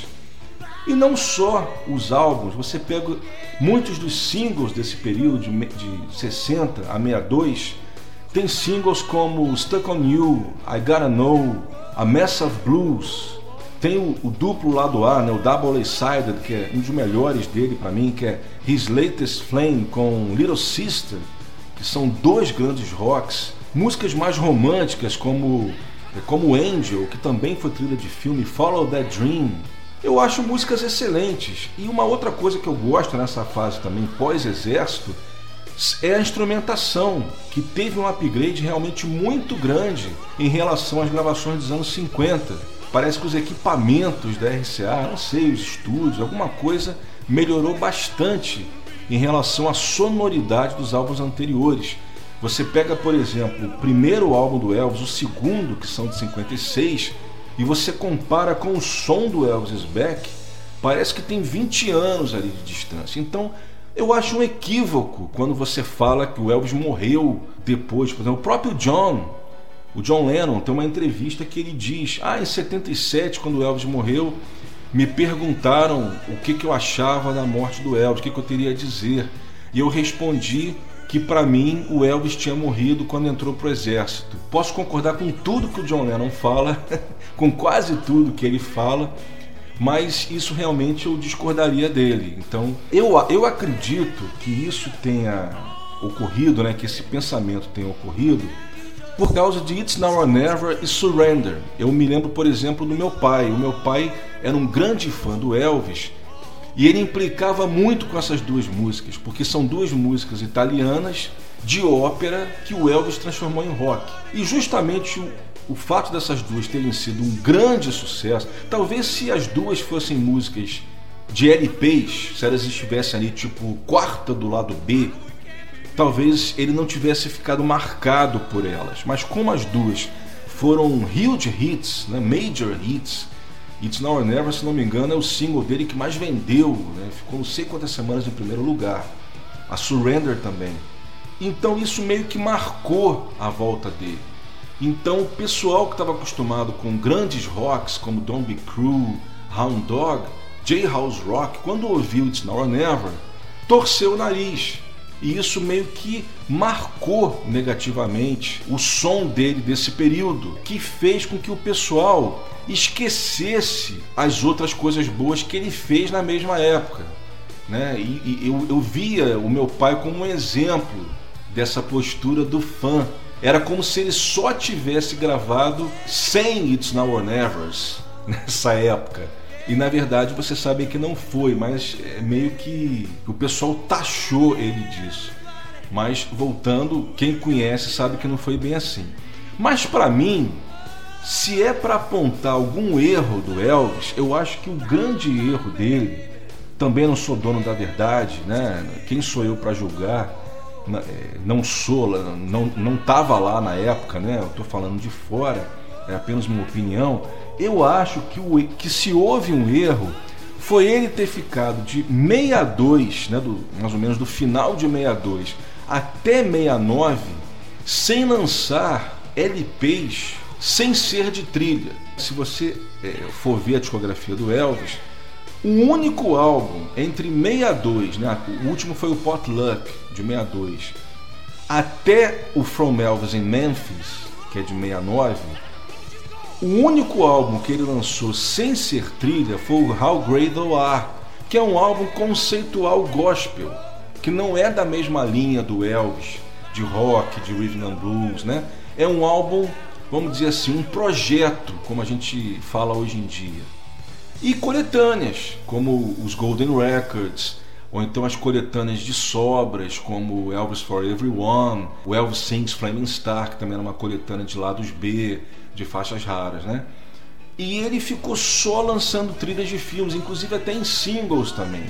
E não só os álbuns, você pega muitos dos singles desse período de, de sessenta a sessenta e dois, tem singles como Stuck on You, I Gotta Know, A Mess of Blues. Tem o, o duplo lado A, né, o Double A-Sided, que é um dos melhores dele para mim, que é His Latest Flame com Little Sister, que são dois grandes rocks. Músicas mais românticas como, como Angel, que também foi trilha de filme, Follow That Dream. Eu acho músicas excelentes. E uma outra coisa que eu gosto nessa fase também, pós-exército, é a instrumentação, que teve um upgrade realmente muito grande em relação às gravações dos anos cinquenta. Parece que os equipamentos da R C A, não sei, os estúdios, alguma coisa melhorou bastante em relação à sonoridade dos álbuns anteriores. Você pega, por exemplo, o primeiro álbum do Elvis, o segundo, que são de cinquenta e seis, e você compara com o som do Elvis is Back, parece que tem vinte anos ali de distância. Então, eu acho um equívoco quando você fala que o Elvis morreu depois. Por exemplo, o próprio John, o John Lennon, tem uma entrevista que ele diz: ah, em setenta e sete, quando o Elvis morreu, me perguntaram o que, que eu achava da morte do Elvis, o que, que eu teria a dizer. E eu respondi que para mim o Elvis tinha morrido quando entrou pro exército. Posso concordar com tudo que o John Lennon fala, com quase tudo que ele fala, mas isso realmente eu discordaria dele. Então eu, eu acredito que isso tenha ocorrido, né, que esse pensamento tenha ocorrido por causa de It's Now or Never e Surrender. Eu me lembro, por exemplo, do meu pai. O meu pai era um grande fã do Elvis, e ele implicava muito com essas duas músicas, porque são duas músicas italianas de ópera que o Elvis transformou em rock. E justamente o, o fato dessas duas terem sido um grande sucesso, talvez se as duas fossem músicas de L Ps, se elas estivessem ali tipo quarta do lado B, talvez ele não tivesse ficado marcado por elas. Mas como as duas foram huge hits, né, major hits, It's Now or Never, se não me engano, é o single dele que mais vendeu, né? Ficou não sei quantas semanas em primeiro lugar. A Surrender também. Então isso meio que marcou a volta dele. Então o pessoal que estava acostumado com grandes rocks como Don't Be Cruel, Hound Dog, Jailhouse Rock, quando ouviu It's Now or Never, torceu o nariz. E isso meio que marcou negativamente o som dele desse período, que fez com que o pessoal esquecesse as outras coisas boas que ele fez na mesma época, né? E, e eu, eu via o meu pai como um exemplo dessa postura do fã. Era como se ele só tivesse gravado cem It's Now or Nevers nessa época. E na verdade você sabe que não foi, mas é meio que o pessoal taxou ele disso. Mas voltando, quem conhece sabe que não foi bem assim. Mas para mim, se é para apontar algum erro do Elvis, eu acho que o grande erro dele, também não sou dono da verdade, né? Quem sou eu para julgar? Não sou, não não estava lá na época, né? Eu estou falando de fora, é apenas uma opinião. Eu acho que, o, que se houve um erro, foi ele ter ficado de sessenta e dois, né, do, mais ou menos do final de sessenta e dois até sessenta e nove, sem lançar L Ps, sem ser de trilha. Se você é, for ver a discografia do Elvis, o único álbum entre sessenta e dois, né, o último foi o Potluck, de sessenta e dois, até o From Elvis in Memphis, que é de sessenta e nove, o único álbum que ele lançou sem ser trilha foi o How Great Thou Art, que é um álbum conceitual gospel, que não é da mesma linha do Elvis, de rock, de rhythm and blues, né? É um álbum vamos dizer assim, um projeto, como a gente fala hoje em dia. E coletâneas, como os Golden Records, ou então as coletâneas de sobras, como Elvis for Everyone, o Elvis Sings Flaming Star, que também era uma coletânea de lados B, de faixas raras, né? E ele ficou só lançando trilhas de filmes, inclusive até em singles também.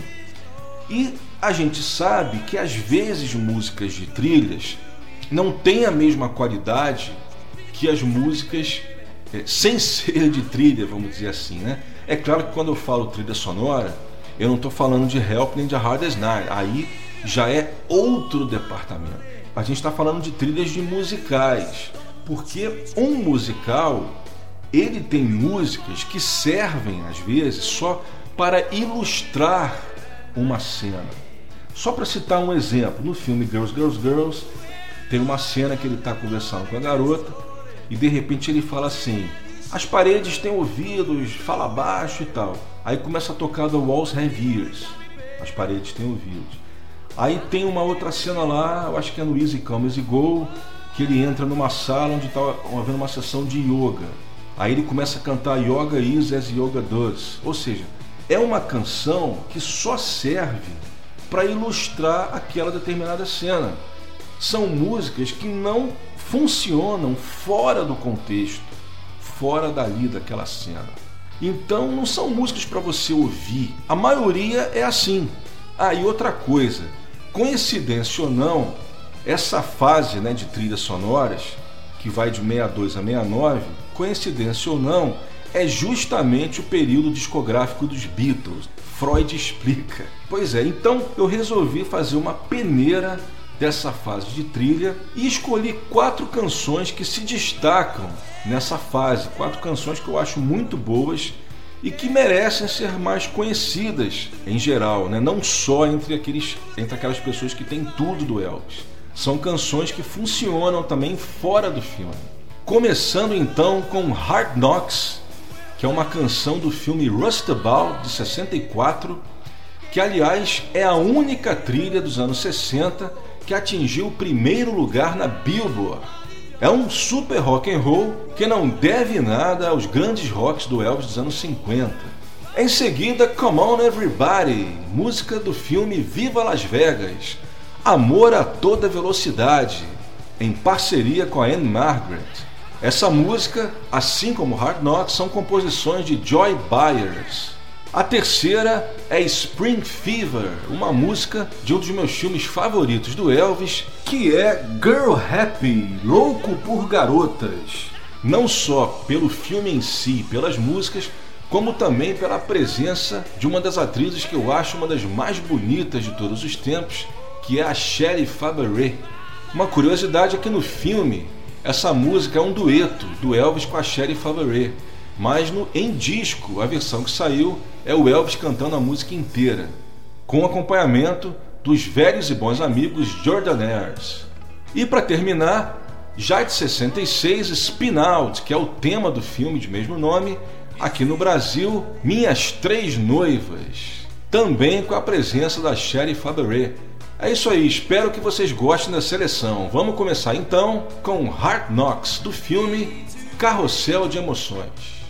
E a gente sabe que às vezes músicas de trilhas não têm a mesma qualidade que as músicas é, sem ser de trilha, vamos dizer assim, né? É claro que quando eu falo trilha sonora, eu não estou falando de Help nem de Hard as Night, aí já é outro departamento. A gente está falando de trilhas de musicais, porque um musical, ele tem músicas que servem às vezes só para ilustrar uma cena. Só para citar um exemplo, no filme Girls, Girls, Girls, tem uma cena que ele está conversando com a garota e de repente ele fala assim: as paredes têm ouvidos, fala baixo e tal. Aí começa a tocar The Walls Have Ears, as paredes têm ouvidos. Aí tem uma outra cena lá, eu acho que é no Easy Come, Easy Go, que ele entra numa sala onde está havendo uma sessão de yoga. Aí ele começa a cantar Yoga is as yoga does. Ou seja, é uma canção que só serve para ilustrar aquela determinada cena. São músicas que não funcionam fora do contexto, fora dali daquela cena. Então não são músicas para você ouvir. A maioria é assim. Ah, e outra coisa, coincidência ou não, essa fase, né, de trilhas sonoras, que vai de sessenta e dois a sessenta e nove, coincidência ou não, é justamente o período discográfico dos Beatles. Freud explica. Pois é, então eu resolvi fazer uma peneira dessa fase de trilha e escolhi quatro canções que se destacam nessa fase, quatro canções que eu acho muito boas e que merecem ser mais conhecidas em geral, né? Não só entre, aqueles, entre aquelas pessoas que têm tudo do Elvis. São canções que funcionam também fora do filme. Começando então com Hard Knocks, que é uma canção do filme Rustabout, de sessenta e quatro, que aliás é a única trilha dos anos sessenta que atingiu o primeiro lugar na Billboard. É um super rock and roll que não deve nada aos grandes rocks do Elvis dos anos cinquenta. Em seguida, Come On Everybody, música do filme Viva Las Vegas, Amor a Toda Velocidade, em parceria com a Anne Margaret. Essa música, assim como Hard Knocks, são composições de Joy Byers. A terceira é Spring Fever, uma música de um dos meus filmes favoritos do Elvis, que é Girl Happy, Louco por Garotas. Não só pelo filme em si, pelas músicas, como também pela presença de uma das atrizes que eu acho uma das mais bonitas de todos os tempos, que é a Shelley Fabares. Uma curiosidade é que no filme, essa música é um dueto do Elvis com a Shelley Fabares, mas no, em disco, a versão que saiu é o Elvis cantando a música inteira, com acompanhamento dos velhos e bons amigos Jordanaires. E para terminar, já de sessenta e seis, Spin Out, que é o tema do filme de mesmo nome, aqui no Brasil, Minhas Três Noivas, também com a presença da Shelley Fabares. É isso aí, espero que vocês gostem da seleção. Vamos começar então com Hard Knocks, do filme Carrossel de Emoções.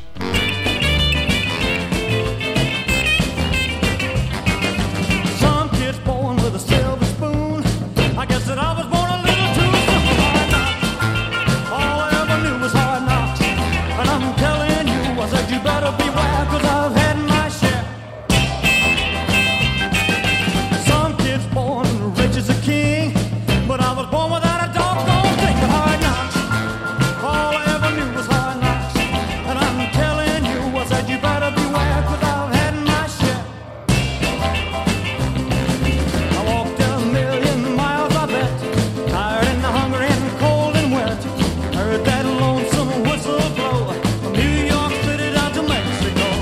Heard that lonesome whistle blow from New York City down to Mexico.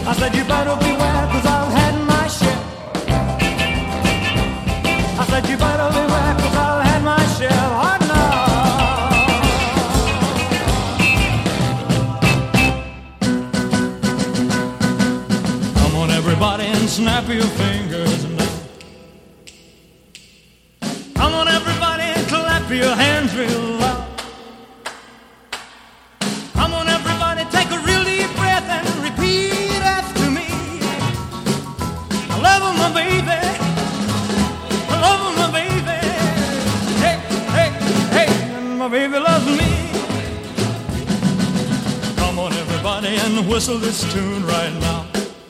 I said you better beware, cause I've had my share. I said you better beware, cause I've had my share. Hard now. Come on everybody and snap your fingers now. Come on everybody and clap your hands real loud. Come on everybody, take a real deep breath and repeat after me. I love my baby, I love my baby. Hey, hey, hey, and my baby loves me. Come on everybody and whistle this tune right now.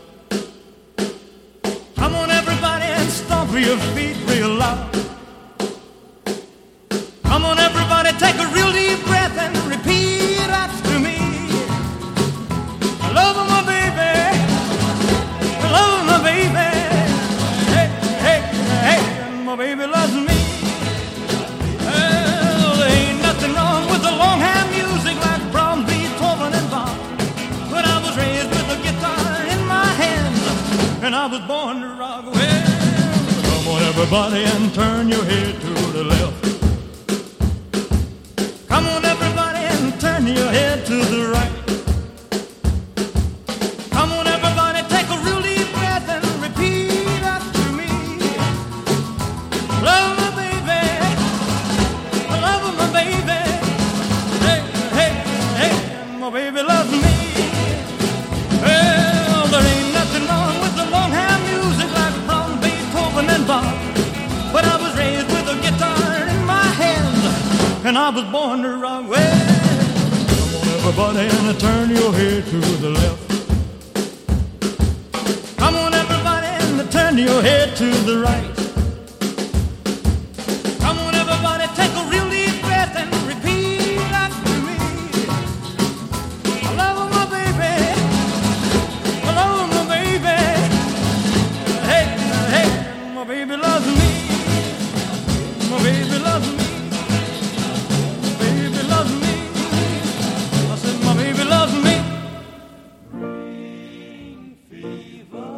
Come on everybody and stomp your feet real loud. Come on everybody, take a real deep breath and repeat after me. I love my baby, I love my baby. Hey, hey, hey, and my baby loves me. Well, there ain't nothing wrong with the long hand music like Brahms, Beethoven and Bach. But I was raised with a guitar in my hands, and I was born to rock. Well, come on everybody and turn your head to the left. Come on everybody and turn your head to the right. Come on everybody, take a real deep breath and repeat after me. Love my baby, I love my baby. Hey, hey, hey, my baby loves me. Well, there ain't nothing wrong with the long hand music like Brahms, Beethoven and Bach. But I was raised with a guitar in my hands, and I was born to rock. Well, come on everybody and turn your head to the left. Come on everybody and turn your head to the right. Come on everybody, take a real deep breath and repeat after me. I love my baby, I love my baby. Hey, hey, my baby loves me. My baby loves me. Baby loves me. I said my baby loves me. Rain fever,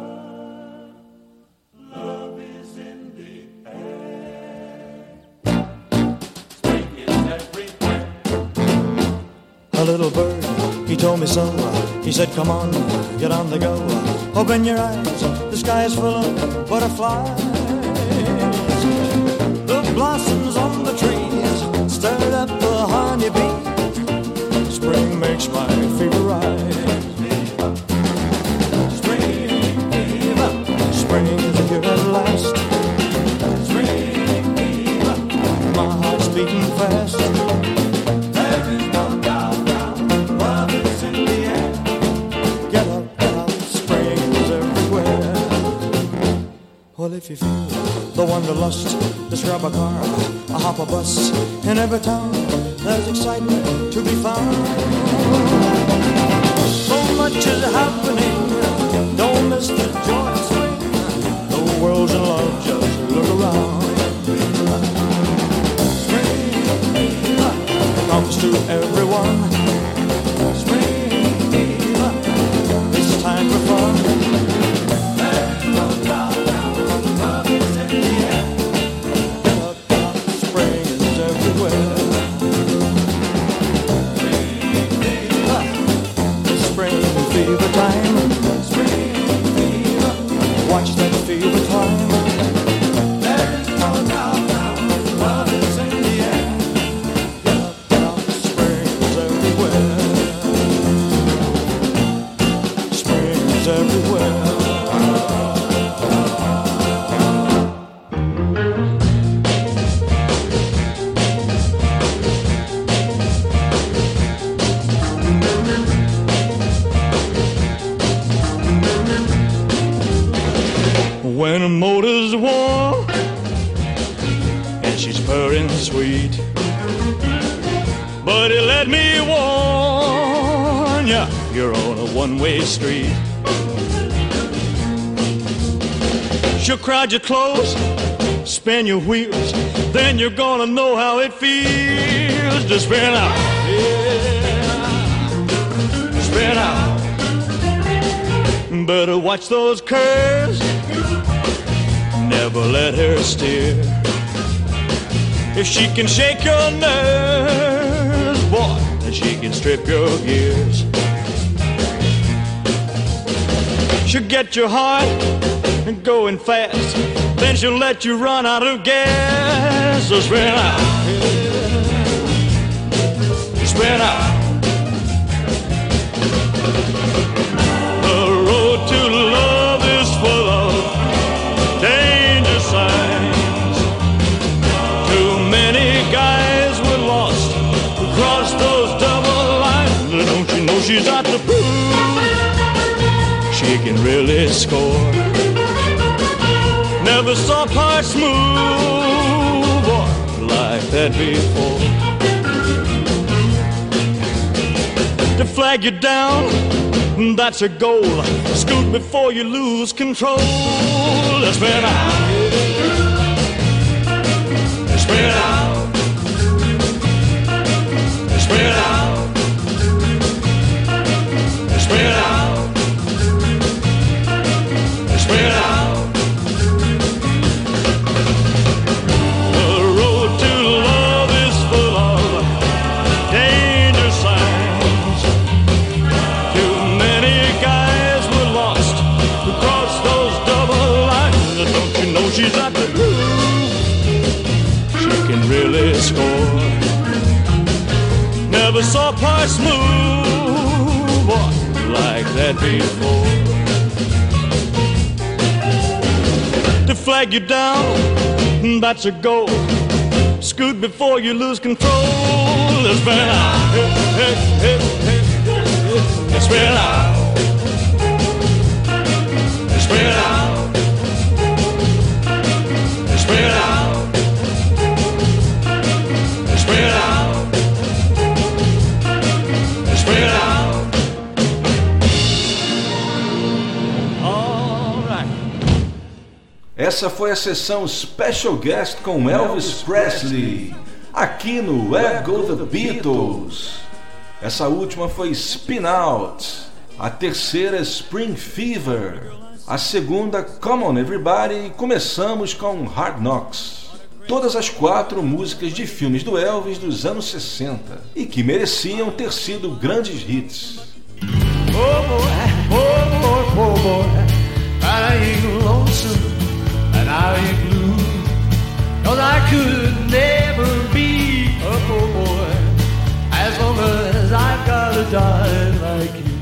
love is in the air. Spring is everywhere. A little bird, he told me so. He said, come on, get on the go. Open your eyes, the sky is full of butterflies. The blossoms on the trees stirred up the honeybee. Spring makes my fever rise. Spring fever, spring is here at last. Spring fever, my heart's beating fast. There is no doubt now, love is in the air. Get up, get up, spring is everywhere. Well, if you feel the wanderlust, just grab a car, a hop a bus. In every town there's excitement to be found. So much is happening, don't miss the joy of spring. The world's in love, just look around. Spring comes to everyone. Spring, it's time for fun. There's no doubt now, love is in the air. Get up, get up, spring is everywhere. Spring fever time. Spring fever. Watch that fever climb. There is no doubt now, love is in the air. Get up, get up, spring is everywhere. Spring is everywhere. When a motor's warm and she's purring sweet, buddy, let me warn ya, you're on a one-way street. She'll crowd you close, spin your wheels, then you're gonna know how it feels to spin out, yeah, spin out. Better watch those curves. Never let her steer. If she can shake your nerves, boy, then she can strip your gears. She'll get your heart going fast, then she'll let you run out of gas. So spin out, spin out. The road to love is full of danger signs. Too many guys were lost across those double lines. Don't you know she's out to prove she can really score? Never saw parts move like that before. To flag you down, that's a goal. Scoot before you lose control. Spin out, spin out, spin out, spin out, spin out. She's at the groove, she can really score. Never saw parts move like that before. To flag you down, that's a goal. Scoot before you lose control. Let's spin out, hey, hey, hey, hey, hey. Let's spin out, let's spin out. Spread out, spread out, spread out. All right. Essa foi a sessão Special Guest com Elvis Presley, aqui no Where Go The Beatles. Essa última foi Spin Out, a terceira Spring Fever, a segunda Come On Everybody e começamos com Hard Knocks. Todas as quatro músicas de filmes do Elvis dos anos sessenta e que mereciam ter sido grandes hits. Oh boy, oh boy, oh boy, I ain't lonesome and I ain't blue, 'cause I could never be a poor boy as long as I've got a dime like you.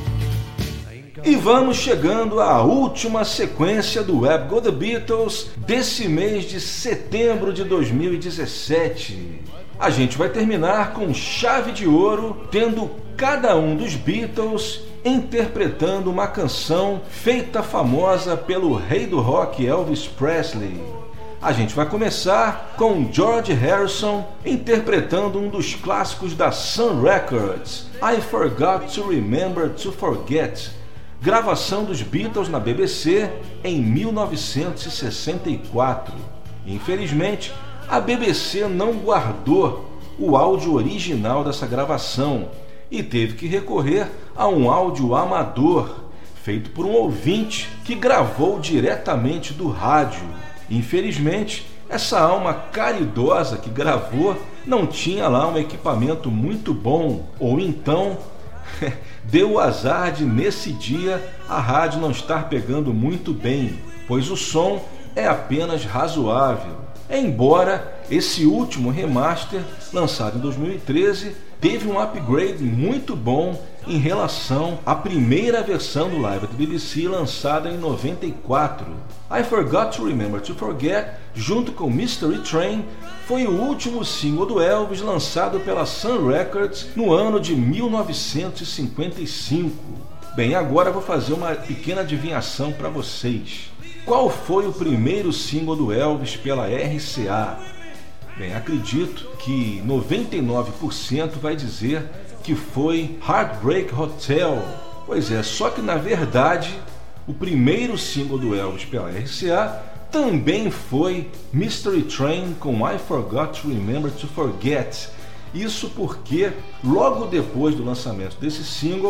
E vamos chegando à última sequência do Where Go The Beatles desse mês de setembro de dois mil e dezessete. A gente vai terminar com chave de ouro, tendo cada um dos Beatles interpretando uma canção feita famosa pelo rei do rock Elvis Presley. A gente vai começar com George Harrison interpretando um dos clássicos da Sun Records, I Forgot to Remember to Forget, gravação dos Beatles na B B C em mil novecentos e sessenta e quatro. Infelizmente, a B B C não guardou o áudio original dessa gravação e teve que recorrer a um áudio amador, feito por um ouvinte que gravou diretamente do rádio. Infelizmente, essa alma caridosa que gravou não tinha lá um equipamento muito bom, ou então deu o azar de nesse dia a rádio não estar pegando muito bem, pois o som é apenas razoável. Embora esse último remaster, lançado em dois mil e treze, teve um upgrade muito bom em relação à primeira versão do live da B B C lançada em noventa e quatro. I Forgot to Remember to Forget, junto com Mystery Train, foi o último single do Elvis lançado pela Sun Records no ano de mil novecentos e cinquenta e cinco. Bem, agora vou fazer uma pequena adivinhação para vocês. Qual foi o primeiro single do Elvis pela R C A? Bem, acredito que noventa e nove por cento vai dizer que foi Heartbreak Hotel. Pois é, só que na verdade o primeiro single do Elvis pela R C A também foi Mystery Train com I Forgot to Remember to Forget. Isso porque logo depois do lançamento desse single,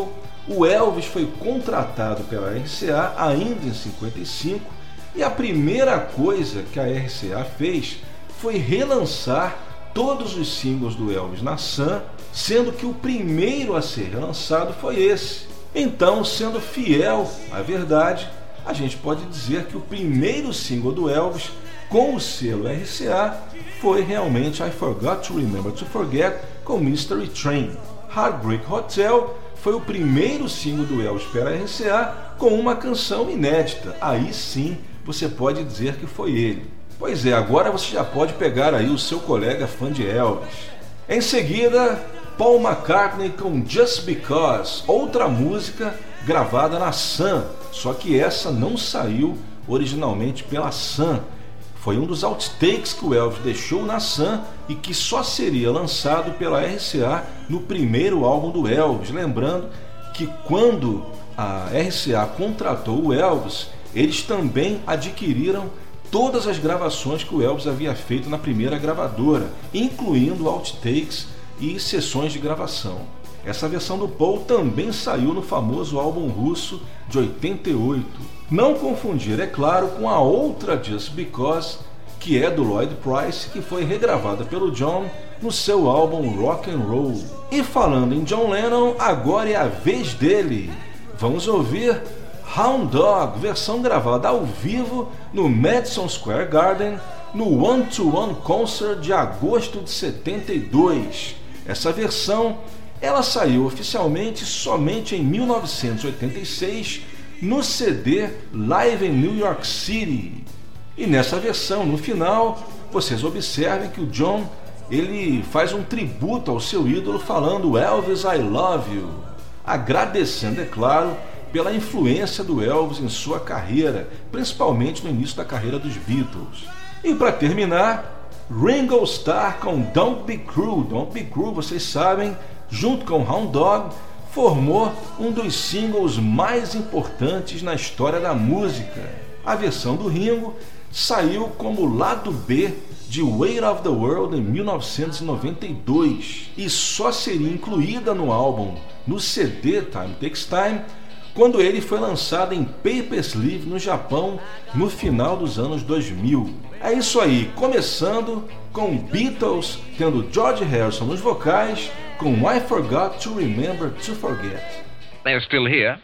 o Elvis foi contratado pela R C A ainda em cinquenta e cinco e a primeira coisa que a R C A fez foi relançar todos os singles do Elvis na Sun, sendo que o primeiro a ser relançado foi esse. Então, sendo fiel à verdade, a gente pode dizer que o primeiro single do Elvis com o selo R C A foi realmente I Forgot to Remember to Forget com Mystery Train. Heartbreak Hotel foi o primeiro single do Elvis pela R C A com uma canção inédita. Aí sim você pode dizer que foi ele. Pois é, agora você já pode pegar aí o seu colega fã de Elvis. Em seguida, Paul McCartney com Just Because, outra música gravada na Sun, só que essa não saiu originalmente pela Sun. Foi um dos outtakes que o Elvis deixou na Sun e que só seria lançado pela R C A no primeiro álbum do Elvis. Lembrando que quando a R C A contratou o Elvis, eles também adquiriram todas as gravações que o Elvis havia feito na primeira gravadora, incluindo outtakes e sessões de gravação. Essa versão do Paul também saiu no famoso álbum russo de oitenta e oito. Não confundir, é claro, com a outra Just Because, que é do Lloyd Price, que foi regravada pelo John no seu álbum Rock and Roll. E falando em John Lennon, agora é a vez dele. Vamos ouvir Hound Dog, versão gravada ao vivo no Madison Square Garden no One to One Concert de agosto de setenta e dois. Essa versão ela saiu oficialmente somente em mil novecentos e oitenta e seis no C D Live in New York City. E nessa versão, no final, vocês observem que o John ele faz um tributo ao seu ídolo falando Elvis, I love you, agradecendo, é claro, pela influência do Elvis em sua carreira, principalmente no início da carreira dos Beatles. E para terminar, Ringo Starr com Don't Be Cruel. Don't Be Cruel, vocês sabem, junto com Hound Dog, formou um dos singles mais importantes na história da música. A versão do Ringo saiu como lado B de Weight of the World em mil novecentos e noventa e dois e só seria incluída no álbum, no C D Time Takes Time, quando ele foi lançado em Paper Sleeve no Japão no final dos anos dois mil. É isso aí, começando com Beatles tendo George Harrison nos vocais com I Forgot to Remember to Forget. They're still here.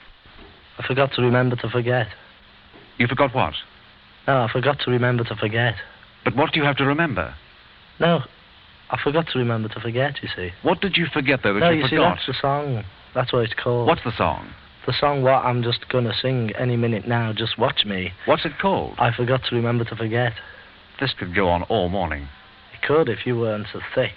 I forgot to remember to forget. You forgot what? No, I forgot to remember to forget. But what do you have to remember? No, I forgot to remember to forget, you see. What did you forget, though, that no, you, you forgot? see, that's the song. That's what it's called. What's the song? The song what I'm just going to sing any minute now, just watch me. What's it called? I forgot to remember to forget. This could go on all morning. It could if you weren't so thick.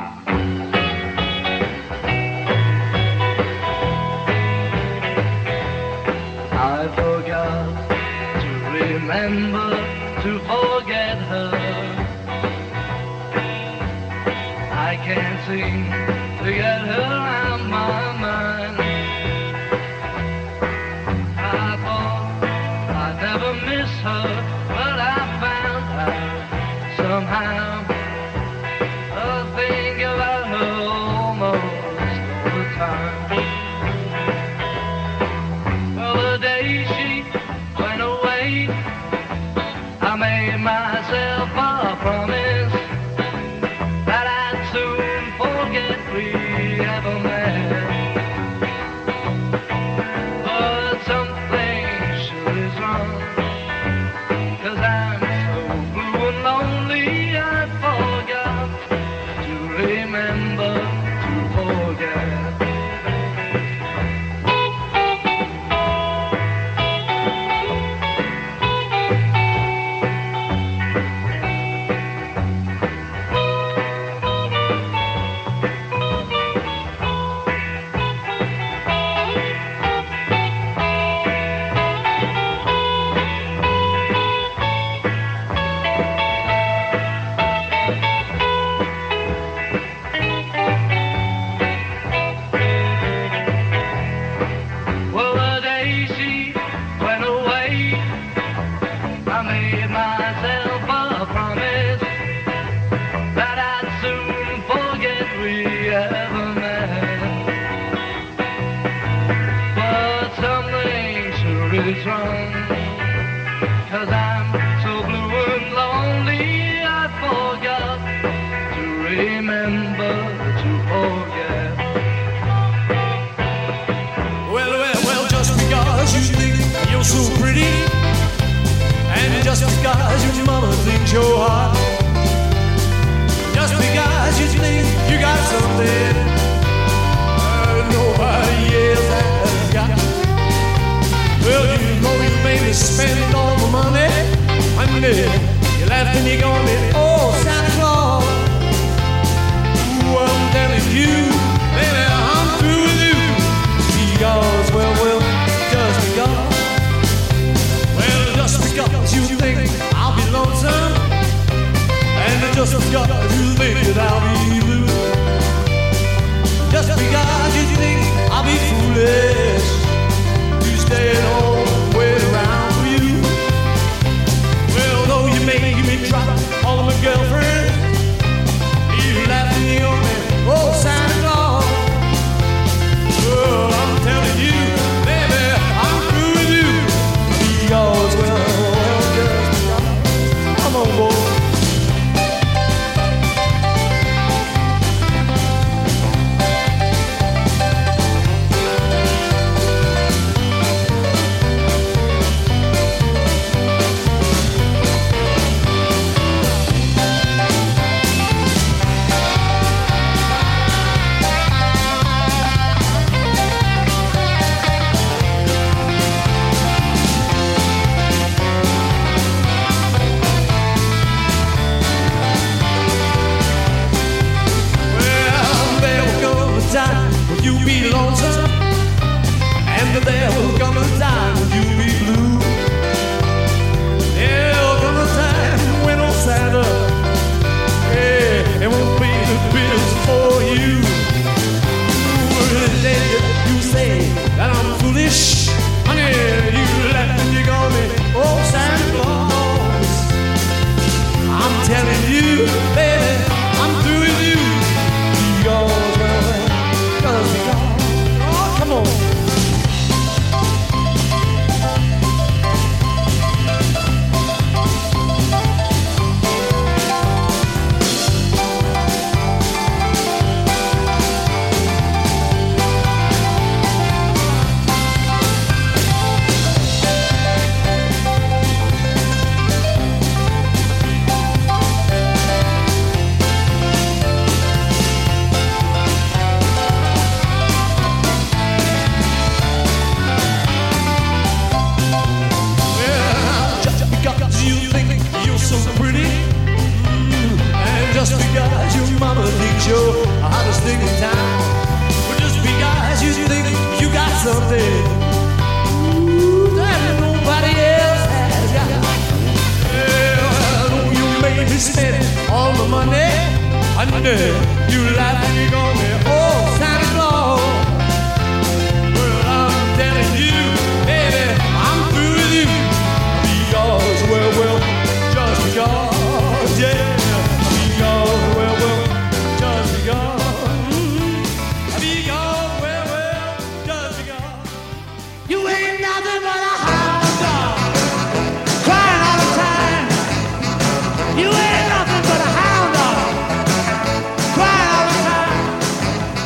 I forgot to remember to forget her. I can't seem to get her out my mind. I thought I'd never miss her, but I found out somehow. I think about her almost all the time. Well, the day she went away, I made myself a promise that I'd soon forget we ever met. But something sure is wrong. really drunk, 'cause I'm so blue and lonely I forgot to remember to forget. Well, well, well, just because you think you're so pretty, and just because your mama thinks you're hot, just because you think you got something uh, nobody else has got. Well, you know you made me spend all the money, money. You left and you gone me, oh, Santa Claus. Ooh, I'm telling you, baby, I'm through with you. Because, well, well, just because. Well, just because you think I'll be lonesome, and just because you think that I'll be blue, just because you think I'll be foolish to stay at home and wait around for you. Well, though you made me drop all of my girlfriends, you laughed and you owe me, oh, Santa Claus. Well, I'm telling you, baby, I'm through with you. Because, well, well, just because. Come on, boy. Time when you be lonesome, and there will come a time when you be blue. There will come a time when old Santa, yeah, it won't be the bills for you. Ooh, the day you say that I'm foolish, honey, you laugh and you call me, oh, Santa Claus. I'm telling you, baby, I'm through with you. Because, well, because, oh, come on. Just because your mama thinks you're the hottest thing in town, or just because you think you got something ooh, that nobody else has got. Well, you made me spend all the money, and you laugh and you call me, oh, Santa Claus. Well, I'm telling you, baby, I'm through with you. Because, well, well, just because, yeah. Because, well, well, just because. Mm-hmm. Because, well, well, just because. You ain't nothing but a hound dog, crying all the time. You ain't nothing but a hound dog, crying all the time.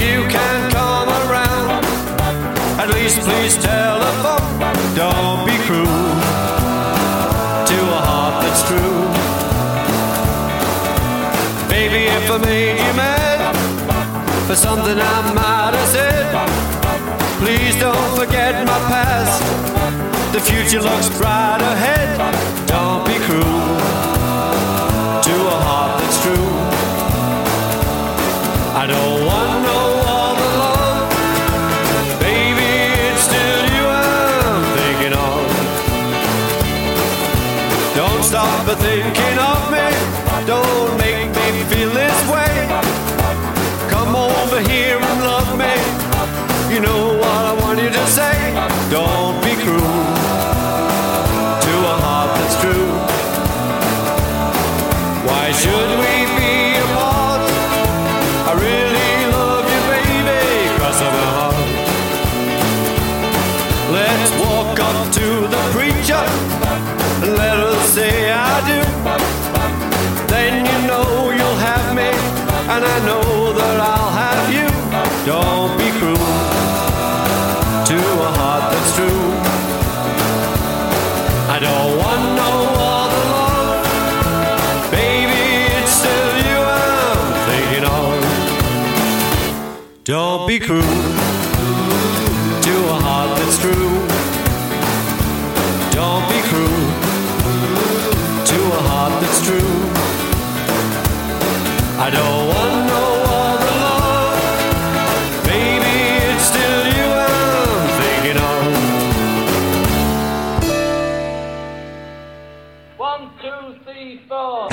you can come around. At least please telephone. Don't be cruel to a heart that's true. Baby, if I made you mad for something I might have said, please don't forget my past. The future looks bright ahead. Don't be cruel to a heart that's true. I don't want no other love. Baby, it's still you I'm thinking of. Don't stop thinking of me. Don't make me feel this way. Come over here and love me. You know what I want you to say. Don't be cruel to a heart that's true. Why should we be apart? I really love you, baby, cross of my heart. Let's walk up to the preacher and let us say I do. Then you know you'll have me, and I know that I'll have you. Don't be cruel to a heart that's true. I don't want no other love. Baby, it's still you I'm thinking of. Don't be cruel to a heart that's true. Don't be cruel to a heart that's true. I don't want no other love. Baby, it's still you I'm thinking of. One, two, three, four.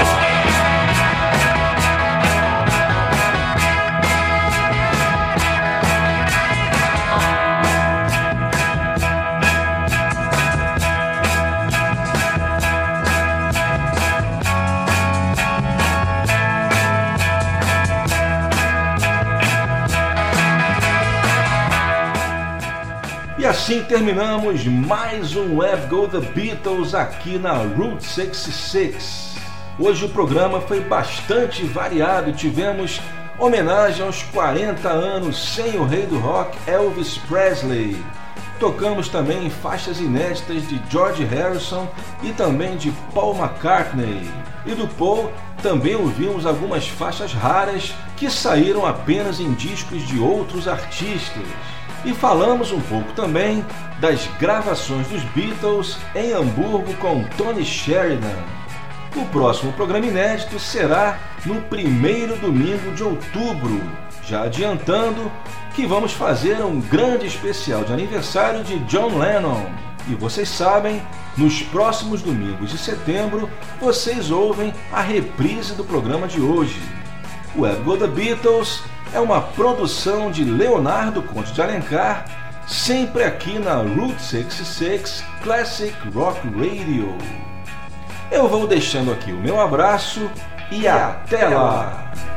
E assim terminamos mais um Web Go The Beatles aqui na Route sessenta e seis. Hoje o programa foi bastante variado e tivemos homenagem aos quarenta anos sem o rei do rock Elvis Presley. Tocamos também faixas inéditas de George Harrison e também de Paul McCartney. E do Paul também ouvimos algumas faixas raras que saíram apenas em discos de outros artistas. E falamos um pouco também das gravações dos Beatles em Hamburgo com Tony Sheridan. O próximo programa inédito será no primeiro domingo de outubro, já adiantando que vamos fazer um grande especial de aniversário de John Lennon. E vocês sabem, nos próximos domingos de setembro, vocês ouvem a reprise do programa de hoje. O Web Go The Beatles é uma produção de Leonardo Conte de Alencar, sempre aqui na Route sessenta e seis Classic Rock Radio. Eu vou deixando aqui o meu abraço e até lá!